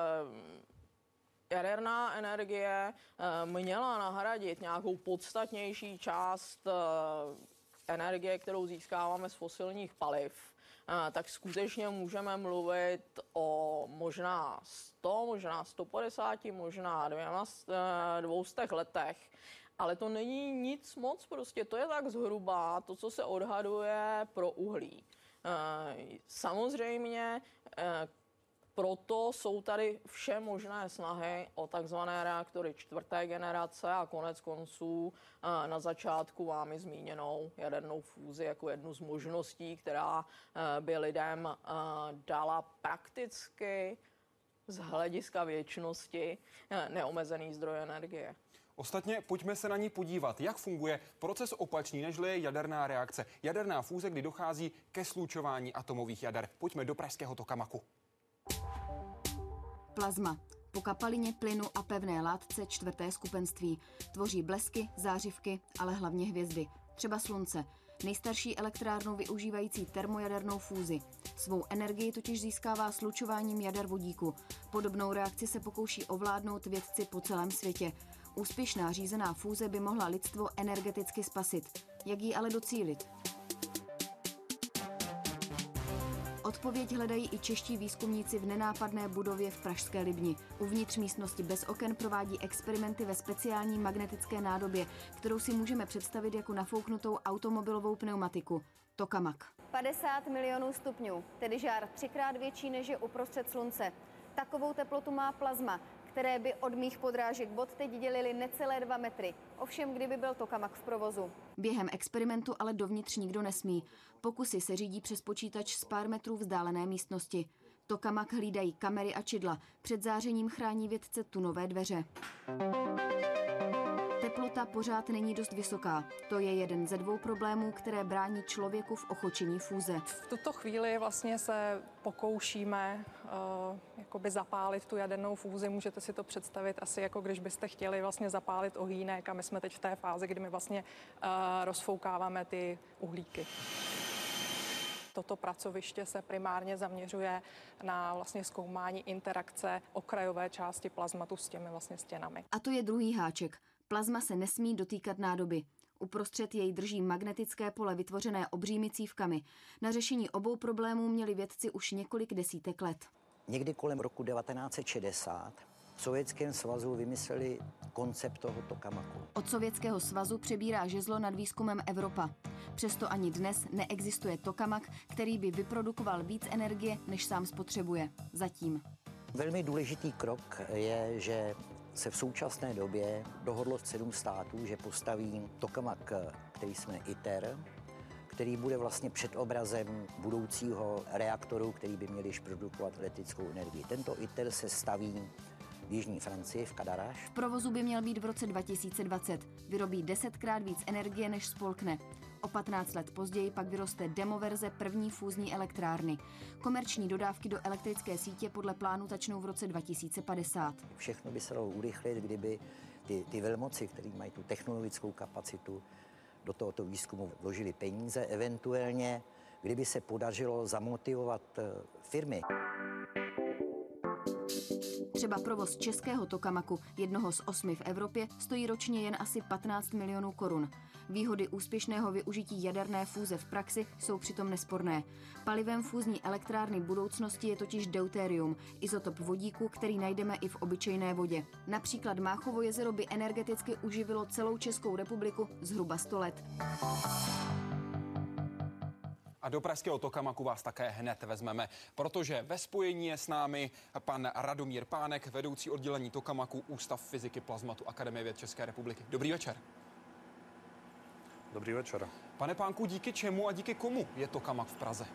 jaderná energie měla nahradit nějakou podstatnější část energie, kterou získáváme z fosilních paliv, tak skutečně můžeme mluvit o možná sto, možná sto padesát, možná dvou stech letech. Ale to není nic moc, prostě to je tak zhruba to, co se odhaduje pro uhlí. Samozřejmě proto jsou tady vše možné snahy o takzvané reaktory čtvrté generace a konec konců na začátku vámi zmíněnou jadernou fúzi jako jednu z možností, která by lidem dala prakticky z hlediska věčnosti neomezený zdroj energie. Ostatně pojďme se na ní podívat, jak funguje proces opačný, nežli je jaderná reakce. Jaderná fúze, kdy dochází ke slučování atomových jader. Pojďme do pražského Tokamaku. Plazma. Po kapalině, plynu a pevné látce čtvrté skupenství. Tvoří blesky, zářivky, ale hlavně hvězdy. Třeba slunce. Nejstarší elektrárnou využívající termojadernou fúzi. Svou energii totiž získává slučováním jader vodíku. Podobnou reakci se pokouší ovládnout vědci po celém světě. Úspěšná řízená fúze by mohla lidstvo energeticky spasit. Jak ji ale docílit? Odpověď hledají i čeští výzkumníci v nenápadné budově v pražské Libni. Uvnitř místnosti bez oken provádí experimenty ve speciální magnetické nádobě, kterou si můžeme představit jako nafouknutou automobilovou pneumatiku. Tokamak. padesát milionů stupňů, tedy žár třikrát větší než je uprostřed slunce. Takovou teplotu má plazma, které by od mých podrážek bod teď dělily necelé dva metry. Ovšem, kdyby byl Tokamak v provozu. Během experimentu ale dovnitř nikdo nesmí. Pokusy se řídí přes počítač z pár metrů vzdálené místnosti. Tokamak hlídají kamery a čidla. Před zářením chrání vědce tunové dveře. Teplota pořád není dost vysoká. To je jeden ze dvou problémů, které brání člověku v ochočení fúze. V tuto chvíli vlastně se pokoušíme uh, jakoby zapálit tu jadernou fúzi. Můžete si to představit asi jako když byste chtěli vlastně zapálit ohýnek a my jsme teď v té fázi, kdy my vlastně uh, rozfoukáváme ty uhlíky. Toto pracoviště se primárně zaměřuje na vlastně zkoumání interakce okrajové části plazmatu s těmi vlastně stěnami. A to je druhý háček. Plazma se nesmí dotýkat nádoby. Uprostřed jej drží magnetické pole vytvořené obřími cívkami. Na řešení obou problémů měli vědci už několik desítek let. Někdy kolem roku devatenáct set šedesát v Sovětském svazu vymysleli koncept toho Tokamaku. Od Sovětského svazu přebírá žezlo nad výzkumem Evropa. Přesto ani dnes neexistuje Tokamak, který by vyprodukoval víc energie, než sám spotřebuje. Zatím. Velmi důležitý krok je, že se v současné době dohodlo sedm států, že postaví Tokamak, který jsme ITER, který bude vlastně předobrazem budoucího reaktoru, který by měl již produkovat elektrickou energii. Tento ITER se staví v jižní Francii, v Cadarache. V provozu by měl být v roce dva tisíce dvacet. Vyrobí desetkrát víc energie, než spolkne. O patnáct let později pak vyroste demoverze první fúzní elektrárny. Komerční dodávky do elektrické sítě podle plánu začnou v roce dva tisíce padesát. Všechno by se dalo urychlit, kdyby ty, ty velmoci, které mají tu technologickou kapacitu, do tohoto výzkumu vložili peníze, eventuálně, kdyby se podařilo zamotivovat firmy. Třeba provoz českého Tokamaku, jednoho z osmi v Evropě, stojí ročně jen asi patnáct milionů korun. Výhody úspěšného využití jaderné fúze v praxi jsou přitom nesporné. Palivem fúzní elektrárny budoucnosti je totiž deutérium, izotop vodíku, který najdeme i v obyčejné vodě. Například Máchovo jezero by energeticky uživilo celou Českou republiku zhruba sto let. A do pražského Tokamaku vás také hned vezmeme, protože ve spojení je s námi pan Radomír Pánek, vedoucí oddělení Tokamaku, Ústav fyziky plazmatu Akademie věd České republiky. Dobrý večer. Dobrý večer. Pane Pánku, díky čemu a díky komu je Tokamak v Praze?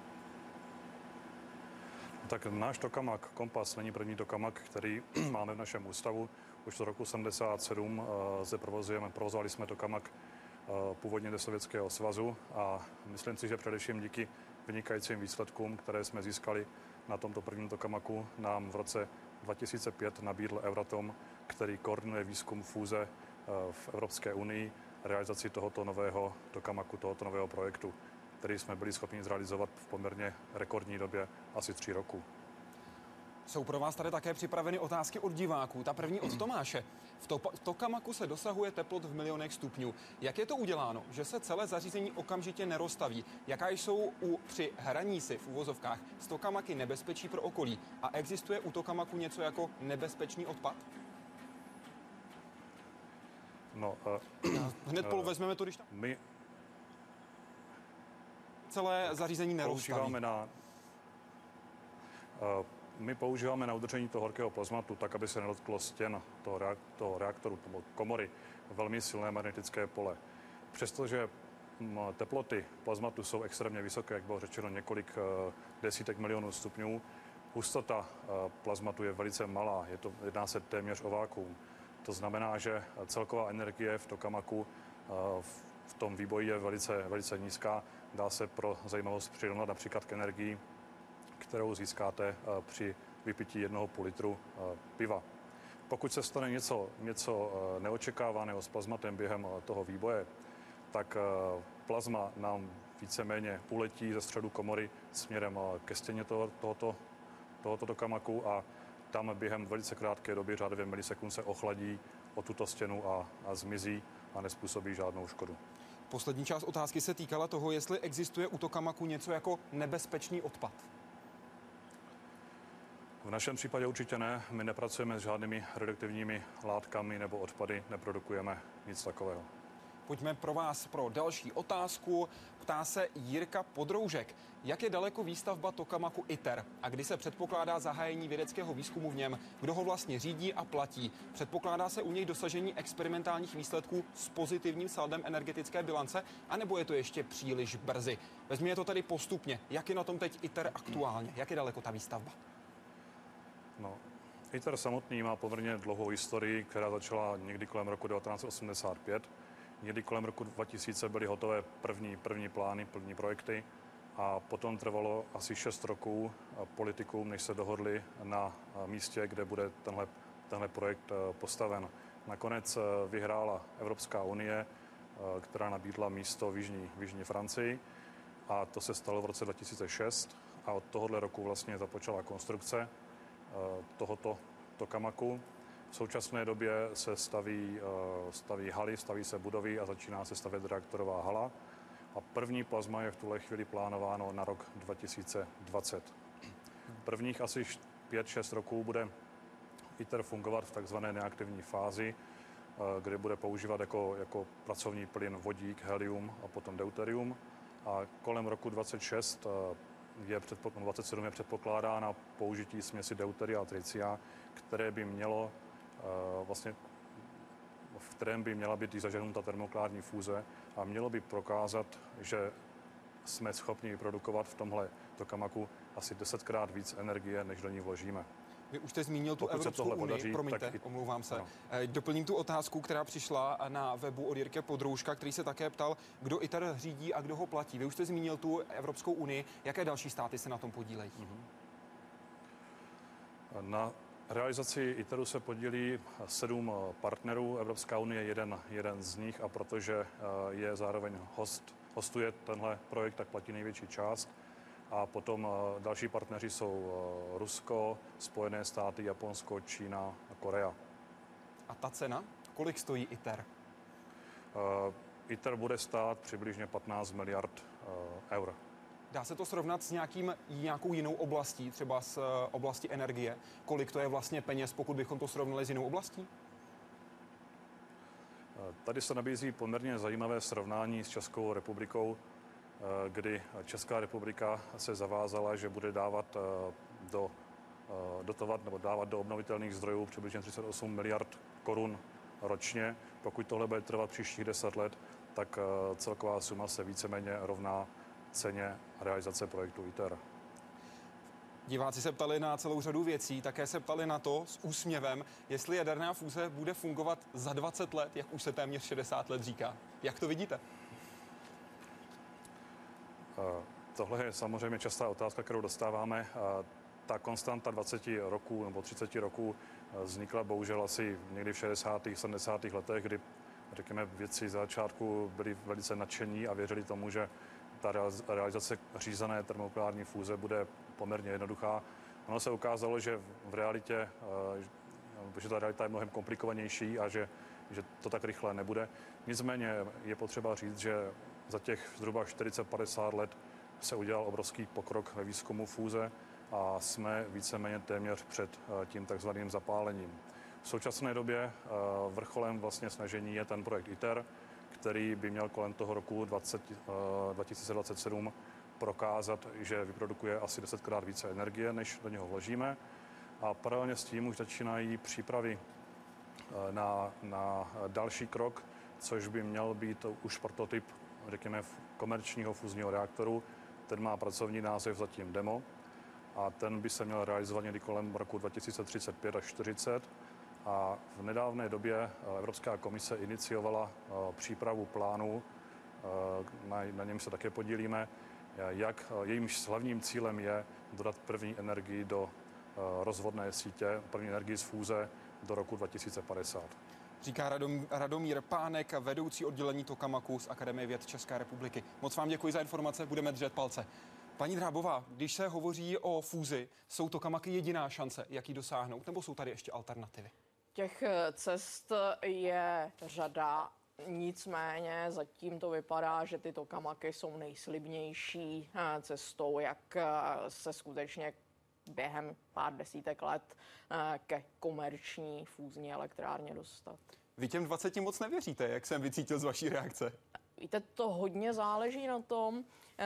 Tak náš Tokamak Kompas není první Tokamak, který máme v našem ústavu. Už od roku sedmdesát sedm uh, se provozujeme, provozovali jsme Tokamak uh, původně ze Sovětského svazu a myslím si, že především díky vynikajícím výsledkům, které jsme získali na tomto prvním Tokamaku, nám v roce dva tisíce pět nabídl Euratom, který koordinuje výzkum fúze uh, v Evropské unii, realizaci tohoto nového Tokamaku, tohoto nového projektu, který jsme byli schopni zrealizovat v poměrně rekordní době asi tři roku. Jsou pro vás tady také připraveny otázky od diváků. Ta první od Tomáše. V, to, v tokamaku se dosahuje teplot v milionech stupňů. Jak je to uděláno, že se celé zařízení okamžitě neroztaví? Jaká jsou u, při hraní si v uvozovkách z tokamaky nebezpečí pro okolí? A existuje u tokamaku něco jako nebezpečný odpad? No, uh, hned polu vezmeme to, když tam my celé zařízení neroztaví. Používáme na, uh, my používáme na udržení toho horkého plazmatu tak, aby se nedotklo stěn toho, reak, toho reaktoru, toho komory, velmi silné magnetické pole. Přestože teploty plazmatu jsou extrémně vysoké, jak bylo řečeno, několik uh, desítek milionů stupňů, hustota uh, plazmatu je velice malá, je to, jedná se téměř o vákuum. To znamená, že celková energie v tokamaku uh, v tom výboji je velice, velice nízká. Dá se pro zajímavost přirovnat například k energii, kterou získáte uh, při vypití jednoho půl litru uh, piva. Pokud se stane něco, něco uh, neočekávaného s plazmatem během uh, toho výboje, tak uh, plazma nám víceméně uletí ze středu komory směrem uh, ke stěně toho, tohoto, tohoto tokamaku a tam během velice krátké doby, řádově milisekund, se ochladí o tuto stěnu a, a zmizí a nespůsobí žádnou škodu. Poslední část otázky se týkala toho, jestli existuje u tokamaku něco jako nebezpečný odpad. V našem případě určitě ne. My nepracujeme s žádnými radioaktivními látkami nebo odpady, neprodukujeme nic takového. Pojďme pro vás pro další otázku. Ptá se Jirka Podroužek. Jak je daleko výstavba tokamaku ITER a kdy se předpokládá zahájení vědeckého výzkumu v něm? Kdo ho vlastně řídí a platí? Předpokládá se u něj dosažení experimentálních výsledků s pozitivním saldem energetické bilance, anebo je to ještě příliš brzy? Vezměme to tady postupně. Jak je na tom teď ITER aktuálně? Jak je daleko ta výstavba? No, ITER samotný má poměrně dlouhou historii, která začala někdy kolem roku devatenáct osmdesát pět. Někdy kolem roku dva tisíce byly hotové první, první plány, první projekty a potom trvalo asi šest roků politikům, než se dohodli na místě, kde bude tenhle, tenhle projekt postaven. Nakonec vyhrála Evropská unie, která nabídla místo v jižní, v jižní Francii a to se stalo v roce dva tisíce šest a od tohohle roku vlastně započala konstrukce tohoto tokamaku. V současné době se staví, staví haly, staví se budovy a začíná se stavět reaktorová hala. A první plazma je v tuhle chvíli plánováno na rok dva tisíce dvacet. Prvních asi pět šest roků bude ITER fungovat v takzvané neaktivní fázi, kde bude používat jako, jako pracovní plyn vodík, helium a potom deuterium. A kolem roku dvacet šest je předpok- dvacet sedm je předpokládána použití směsi deuteria a tricia, které by mělo vlastně, v kterém by měla být zaženuta termoklární fúze a mělo by prokázat, že jsme schopni vyprodukovat v tomhle tokamaku asi desetkrát víc energie, než do ní vložíme. Vy už jste zmínil tu Pokud Evropskou unii, podaří, promiňte, i... omlouvám se. Ano. Doplním tu otázku, která přišla na webu od Jirky Podroužka, který se také ptal, kdo ITER řídí a kdo ho platí. Vy už jste zmínil tu Evropskou unii, jaké další státy se na tom podílejí? Mm-hmm. Na realizaci ITERu se podílí sedm partnerů, Evropská unie je jeden, jeden z nich a protože je zároveň host, hostuje tenhle projekt, tak platí největší část. A potom další partneři jsou Rusko, Spojené státy, Japonsko, Čína a Korea. A ta cena? Kolik stojí ITER? Uh, ITER bude stát přibližně patnáct miliard uh, eur. Dá se to srovnat s nějakým, nějakou jinou oblastí, třeba z uh, oblasti energie? Kolik to je vlastně peněz, pokud bychom to srovnali s jinou oblastí? Uh, tady se nabízí poměrně zajímavé srovnání s Českou republikou, kdy Česká republika se zavázala, že bude dávat do, dotovat nebo dávat do obnovitelných zdrojů přibližně třicet osm miliard korun ročně. Pokud tohle bude trvat příštích deset let, tak celková suma se víceméně rovná ceně realizace projektu ITER. Diváci se ptali na celou řadu věcí, také se ptali na to s úsměvem, jestli jaderná fúze bude fungovat za dvacet let, jak už se téměř šedesát let říká. Jak to vidíte? Tohle je samozřejmě častá otázka, kterou dostáváme. Ta konstanta dvacet roků nebo třicet roků vznikla bohužel asi někdy v šedesátých sedmdesátých letech, kdy, řekněme, vědci za začátku byli velice nadšení a věřili tomu, že ta realizace řízené termonukleární fúze bude poměrně jednoduchá. Ono se ukázalo, že v realitě, že ta realita je mnohem komplikovanější a že, že to tak rychle nebude. Nicméně je potřeba říct, že za těch zhruba čtyřicet padesát let se udělal obrovský pokrok ve výzkumu fúze a jsme víceméně téměř před tím takzvaným zapálením. V současné době vrcholem vlastně snažení je ten projekt ITER, který by měl kolem toho roku dvacet, dva tisíce dvacet sedm prokázat, že vyprodukuje asi desetkrát více energie, než do něho vložíme. A paralelně s tím už začínají přípravy na, na další krok, což by měl být už prototyp, řekněme, komerčního fúzního reaktoru. Ten má pracovní název zatím demo a ten by se měl realizovat někdy kolem roku dva tisíce třicet pět až čtyřicet. A v nedávné době Evropská komise iniciovala přípravu plánu, na, na něm se také podílíme, jak jejímž hlavním cílem je dodat první energii do rozvodné sítě, první energii z fúze do roku dva tisíce padesát. Říká Radom, Radomír Pánek, vedoucí oddělení Tokamaku z Akademie věd České republiky. Moc vám děkuji za informace, budeme držet palce. Paní Drábová, když se hovoří o fúzi, jsou Tokamaky jediná šance, jak ji dosáhnout, nebo jsou tady ještě alternativy? Těch cest je řada, nicméně zatím to vypadá, že ty Tokamaky jsou nejslibnější cestou, jak se skutečně během pár desítek let ke komerční fúzní elektrárně dostat. Vy těm dvaceti moc nevěříte, jak jsem vycítil z vaší reakce? Víte, to hodně záleží na tom,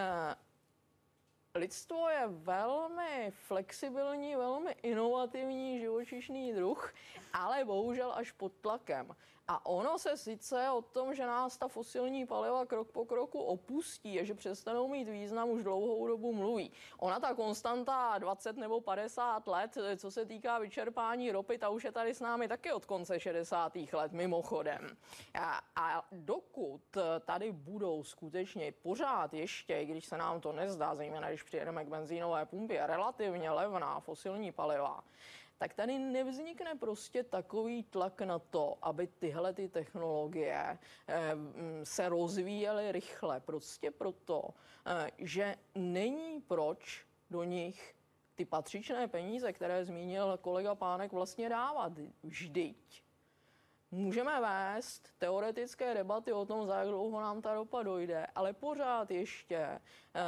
lidstvo je velmi flexibilní, velmi inovativní živočišný druh, ale bohužel až pod tlakem. A ono se sice o tom, že nás ta fosilní paliva krok po kroku opustí a že přestanou mít význam, už dlouhou dobu mluví. Ona ta konstanta dvacet nebo padesát let, co se týká vyčerpání ropy, ta už je tady s námi taky od konce šedesátých let, mimochodem. A, a dokud tady budou skutečně pořád ještě, když se nám to nezdá, zejména když přijedeme k benzínové pumpě, relativně levná fosilní paliva, tak tady nevznikne prostě takový tlak na to, aby tyhle ty technologie eh, se rozvíjely rychle. Prostě proto, eh, že není proč do nich ty patřičné peníze, které zmínil kolega Pánek, vlastně dávat. Vždyť můžeme vést teoretické debaty o tom, za jak dlouho nám ta ropa dojde, ale pořád ještě, eh,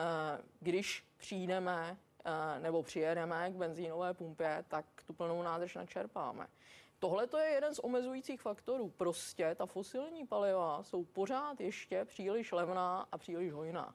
když přijdeme nebo přijedeme k benzínové pumpě, tak tu plnou nádrž načerpáme. Tohle to je jeden z omezujících faktorů. Prostě ta fosilní paliva jsou pořád ještě příliš levná a příliš hojná.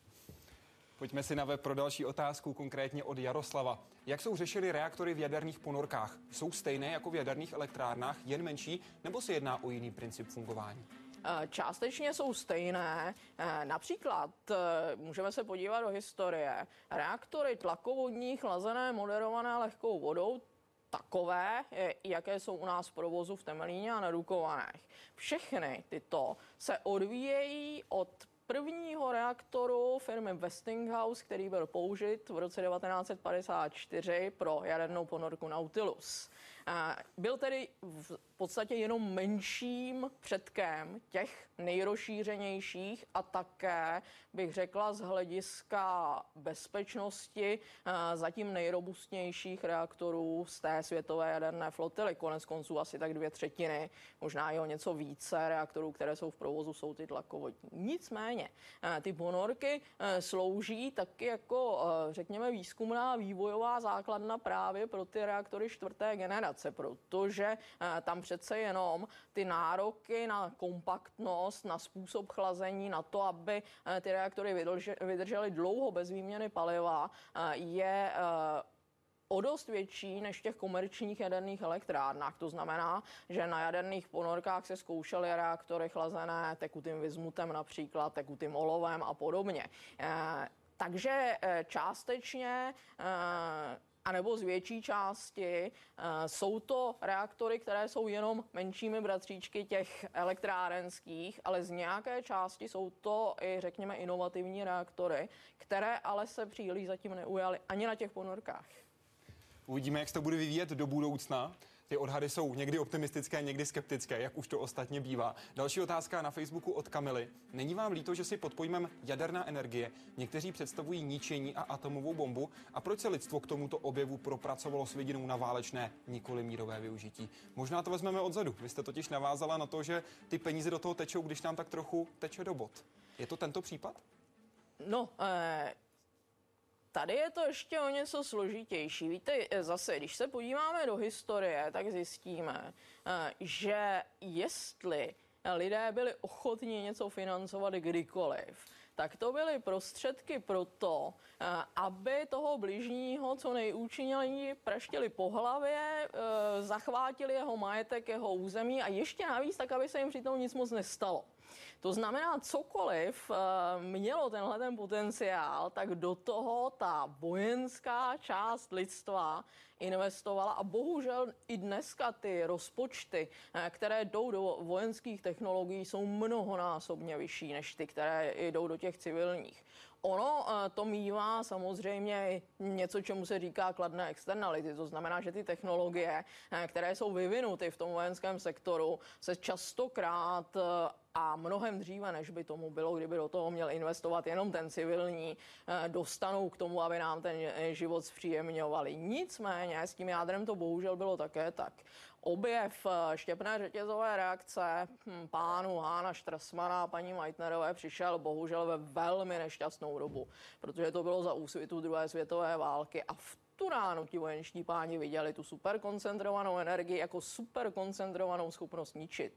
Pojďme si na web pro další otázku, konkrétně od Jaroslava. Jak jsou řešily reaktory v jaderných ponorkách? Jsou stejné jako v jaderných elektrárnách, jen menší, nebo se jedná o jiný princip fungování? Částečně jsou stejné. Například můžeme se podívat do historie. Reaktory tlakovodní, chlazené, moderované lehkou vodou, takové, jaké jsou u nás v provozu v Temelíně a na Dukovanech. Všechny tyto se odvíjejí od prvního reaktoru firmy Westinghouse, který byl použit v roce devatenáct set padesát čtyři pro jadernou ponorku Nautilus. Byl tedy v podstatě jenom menším předkem těch nejrozšířenějších a také, bych řekla, z hlediska bezpečnosti zatím nejrobustnějších reaktorů z té světové jaderné flotily. Konec konců asi tak dvě třetiny, možná i o něco více reaktorů, které jsou v provozu, jsou ty tlakovodní. Nicméně, ty ponorky slouží taky jako, řekněme, výzkumná vývojová základna právě pro ty reaktory čtvrté generace, protože tam přece jenom ty nároky na kompaktnost, na způsob chlazení, na to, aby ty reaktory vydržely dlouho bez výměny paliva, je o dost větší než v těch komerčních jaderných elektrárnách. To znamená, že na jaderných ponorkách se zkoušely reaktory chlazené tekutým bismutem například, tekutým olovem a podobně. Takže částečně a nebo z větší části jsou to reaktory, které jsou jenom menšími bratříčky těch elektrárenských, ale z nějaké části jsou to i, řekněme, inovativní reaktory, které ale se příliš zatím neujaly ani na těch ponorkách. Uvidíme, jak se to bude vyvíjet do budoucna. Ty odhady jsou někdy optimistické, někdy skeptické, jak už to ostatně bývá. Další otázka na Facebooku od Kamily. Není vám líto, že si pod pojmem jaderná energie někteří představují ničení a atomovou bombu? A proč se lidstvo k tomuto objevu propracovalo s vidinou na válečné, nikoli mírové využití? Možná to vezmeme odzadu. Vy jste totiž navázala na to, že ty peníze do toho tečou, když nám tak trochu teče do bod. Je to tento případ? No, eh, tady je to ještě o něco složitější. Víte, zase, když se podíváme do historie, tak zjistíme, eh, že jestli lidé byli ochotní něco financovat kdykoliv, tak to byly prostředky pro to, aby toho bližního co nejúčinněji praštili po hlavě, zachvátili jeho majetek, jeho území a ještě navíc tak, aby se jim přitom nic moc nestalo. To znamená, cokoliv mělo tenhle ten potenciál, tak do toho ta vojenská část lidstva investovala a bohužel i dneska ty rozpočty, které jdou do vojenských technologií, jsou mnohonásobně vyšší než ty, které jdou do těch civilních. Ono to mívá samozřejmě něco, čemu se říká kladné externality. To znamená, že ty technologie, které jsou vyvinuty v tom vojenském sektoru, se častokrát a mnohem dříve, než by tomu bylo, kdyby do toho měl investovat jenom ten civilní, dostanou k tomu, aby nám ten život zpříjemňovali. Nicméně s tím jádrem to bohužel bylo také tak. Objev štěpné řetězové reakce pánu Hána Strassmana a paní Meitnerové přišel bohužel ve velmi nešťastnou dobu, protože to bylo za úsvitu druhé světové války a v tu ránu ti vojenští páni viděli tu superkoncentrovanou energii jako superkoncentrovanou schopnost ničit.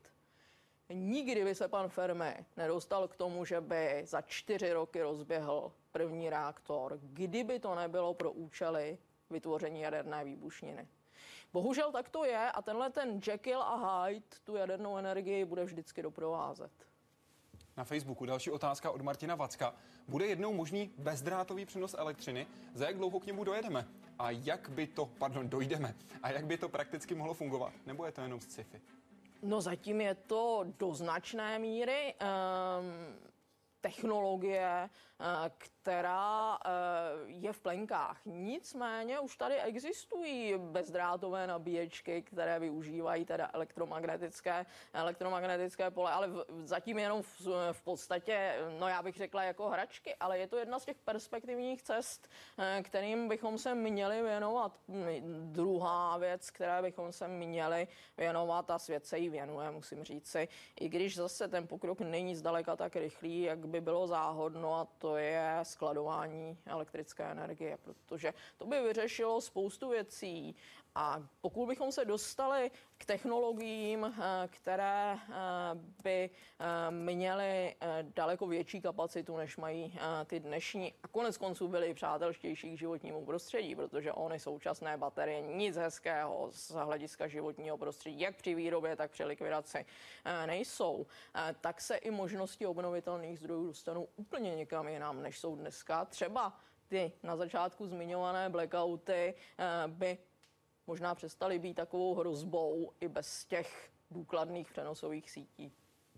Nikdy by se pan Fermi nedostal k tomu, že by za čtyři roky rozběhl první reaktor, kdyby to nebylo pro účely vytvoření jaderné výbušniny. Bohužel tak to je a tenhle ten Jekyll a Hyde tu jadernou energii bude vždycky doprovázet. Na Facebooku další otázka od Martina Vacka. Bude jednou možný bezdrátový přenos elektřiny? Za jak dlouho k němu dojedeme? A jak by to, pardon, dojdeme? A jak by to prakticky mohlo fungovat? Nebo je to jenom sci-fi? No zatím je to do značné míry um, technologie, která je v plenkách. Nicméně už tady existují bezdrátové nabíječky, které využívají teda elektromagnetické, elektromagnetické pole, ale v, zatím jenom v, v podstatě, no já bych řekla jako hračky, ale je to jedna z těch perspektivních cest, kterým bychom se měli věnovat. Druhá věc, které bychom se měli věnovat a svět se jí věnuje, musím říci, i když zase ten pokrok není zdaleka tak rychlý, jak by bylo záhodno, a to je skladování elektrické energie, protože to by vyřešilo spoustu věcí. A pokud bychom se dostali k technologiím, které by měly daleko větší kapacitu, než mají ty dnešní, a konec konců byly přátelštější k životnímu prostředí, protože ony současné baterie nic hezkého z hlediska životního prostředí, jak při výrobě, tak při likvidaci nejsou, tak se i možnosti obnovitelných zdrojů dostanou úplně někam jinam, než jsou dneska. Třeba ty na začátku zmiňované blackouty by možná přestaly být takovou hrozbou i bez těch důkladných přenosových sítí.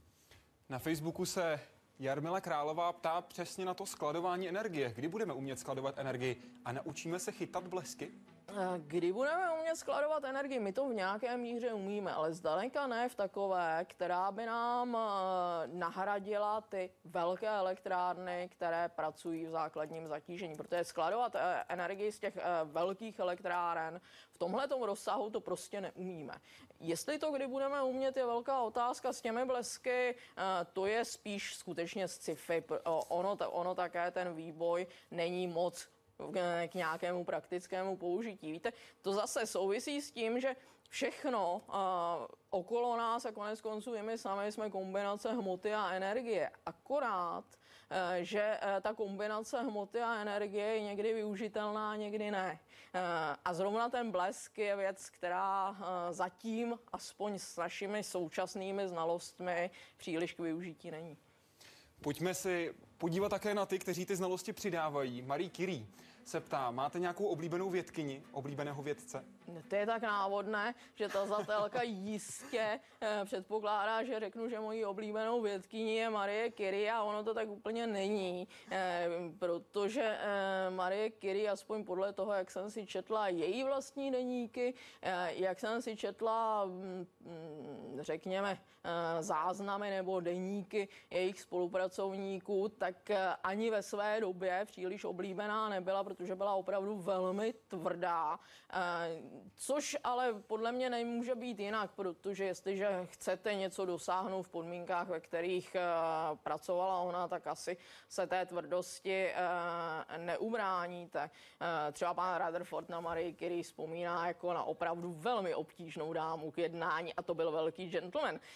Na Facebooku se Jarmila Králová ptá přesně na to skladování energie. Kdy budeme umět skladovat energii a naučíme se chytat blesky? Kdy budeme umět skladovat energii? My to v nějaké míře umíme, ale zdaleka ne v takové, která by nám nahradila ty velké elektrárny, které pracují v základním zatížení. Protože skladovat energii z těch velkých elektráren v tomhletom rozsahu to prostě neumíme. Jestli to kdy budeme umět, je velká otázka. S těmi blesky to je spíš skutečně sci-fi. Ono, ono také ten výboj není moc k nějakému praktickému použití. Víte, to zase souvisí s tím, že všechno uh, okolo nás a konec konců i my sami jsme kombinace hmoty a energie. Akorát, uh, že uh, ta kombinace hmoty a energie je někdy využitelná, někdy ne. Uh, a zrovna ten blesk je věc, která uh, zatím, aspoň s našimi současnými znalostmi, příliš k využití není. Pojďme si podívat také na ty, kteří ty znalosti přidávají. Marie Curie se ptá, máte nějakou oblíbenou vědkyni, oblíbeného vědce? To je tak návodné, že tazatelka jistě eh, předpokládá, že řeknu, že mojí oblíbenou vědkyní je Marie Curie a ono to tak úplně není, eh, protože eh, Marie Curie, aspoň podle toho, jak jsem si četla její vlastní deníky, eh, jak jsem si četla, mm, řekněme, eh, záznamy nebo deníky jejich spolupracovníků, tak eh, ani ve své době příliš oblíbená nebyla, protože byla opravdu velmi tvrdá. Eh, Což ale podle mě nemůže být jinak, protože jestliže chcete něco dosáhnout v podmínkách, ve kterých uh, pracovala ona, tak asi se té tvrdosti uh, neubráníte. Uh, třeba pan Rutherford na Marie Curie vzpomíná jako na opravdu velmi obtížnou dámu k jednání a to byl velký gentleman. Uh,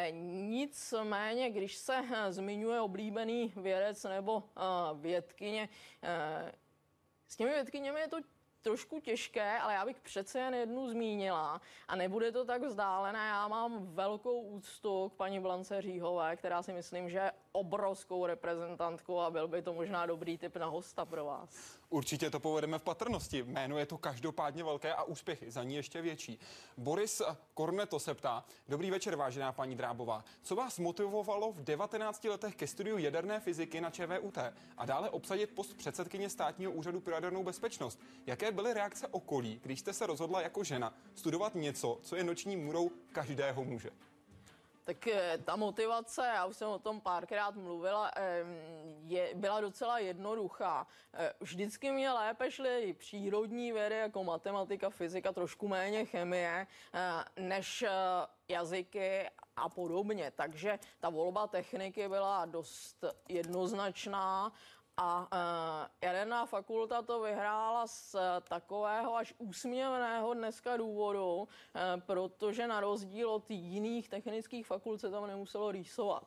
nicméně, když se uh, zmiňuje oblíbený vědec nebo uh, vědkyně, uh, s těmi vědkyněmi je to trošku těžké, ale já bych přece jen jednu zmínila a nebude to tak vzdálené. Já mám velkou úctu k paní Blance Říhové, která si myslím, že je obrovskou reprezentantkou a byl by to možná dobrý tip na hosta pro vás. Určitě to povedeme v patrnosti. Jméno je to každopádně velké a úspěchy za ní ještě větší. Boris Korneto se ptá, dobrý večer, vážená paní Drábová. Co vás motivovalo v devatenácti letech ke studiu jaderné fyziky na ČVUT a dále obsadit post předsedkyně Státního úřadu pro jadernou bezpečnost? Jaké byly reakce okolí, když jste se rozhodla jako žena studovat něco, co je noční můrou každého muže? Tak ta motivace, já už jsem o tom párkrát mluvila, je, byla docela jednoduchá. Vždycky mě lépe šly přírodní vědy jako matematika, fyzika, trošku méně chemie, než jazyky a podobně. Takže ta volba techniky byla dost jednoznačná. A uh, jaderná fakulta to vyhrála z uh, takového až úsměvného dneska důvodu, uh, protože na rozdíl od jiných technických fakult se tam nemuselo rýsovat.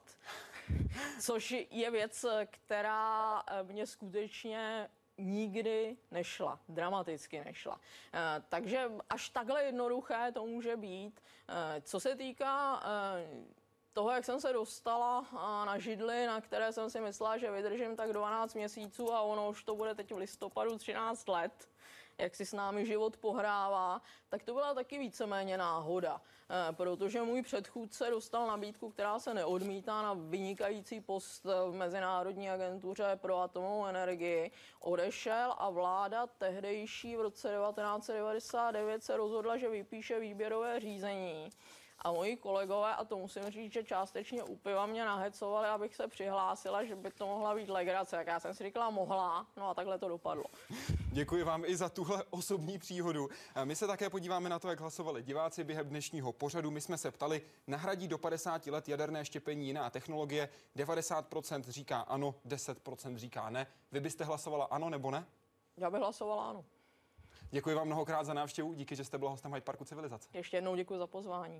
Což je věc, která mě skutečně nikdy nešla, dramaticky nešla. Uh, takže až takhle jednoduché to může být. Uh, co se týká uh, toho, jak jsem se dostala na židli, na které jsem si myslela, že vydržím tak dvanáct měsíců a ono už to bude teď v listopadu třináct let, jak si s námi život pohrává, tak to byla taky víceméně náhoda, protože můj předchůdce dostal nabídku, která se neodmítá, na vynikající post v Mezinárodní agentuře pro atomovou energii, odešel a vláda tehdejší v roce devatenáct set devadesát devět se rozhodla, že vypíše výběrové řízení. A moji kolegové, a to musím říct, že částečně u piva mě nahecovali, abych se přihlásila, že by to mohla být legrace. Jak já jsem si říkala, mohla, no a takhle to dopadlo. Děkuji vám i za tuhle osobní příhodu. My se také podíváme na to, jak hlasovali diváci během dnešního pořadu. My jsme se ptali, nahradí do padesáti let jaderné štěpení jiná technologie? devadesát procent říká ano, deset procent říká ne. Vy byste hlasovala ano nebo ne? Já bych hlasovala ano. Děkuji vám mnohokrát za návštěvu, díky, že jste byla hostem Hyde Parku Civilizace. Ještě jednou děkuji za pozvání.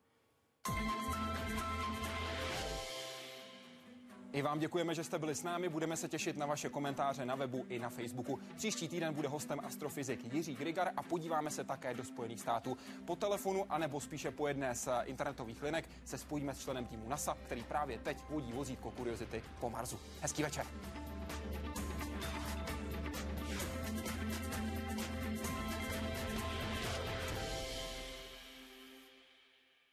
I vám děkujeme, že jste byli s námi, budeme se těšit na vaše komentáře na webu i na Facebooku. Příští týden bude hostem astrofyzik Jiří Grigar a podíváme se také do Spojených států. Po telefonu, anebo spíše po jedné z internetových linek se spojíme s členem týmu NASA, který právě teď vodí vozítko Curiosity po Marsu. Hezký večer.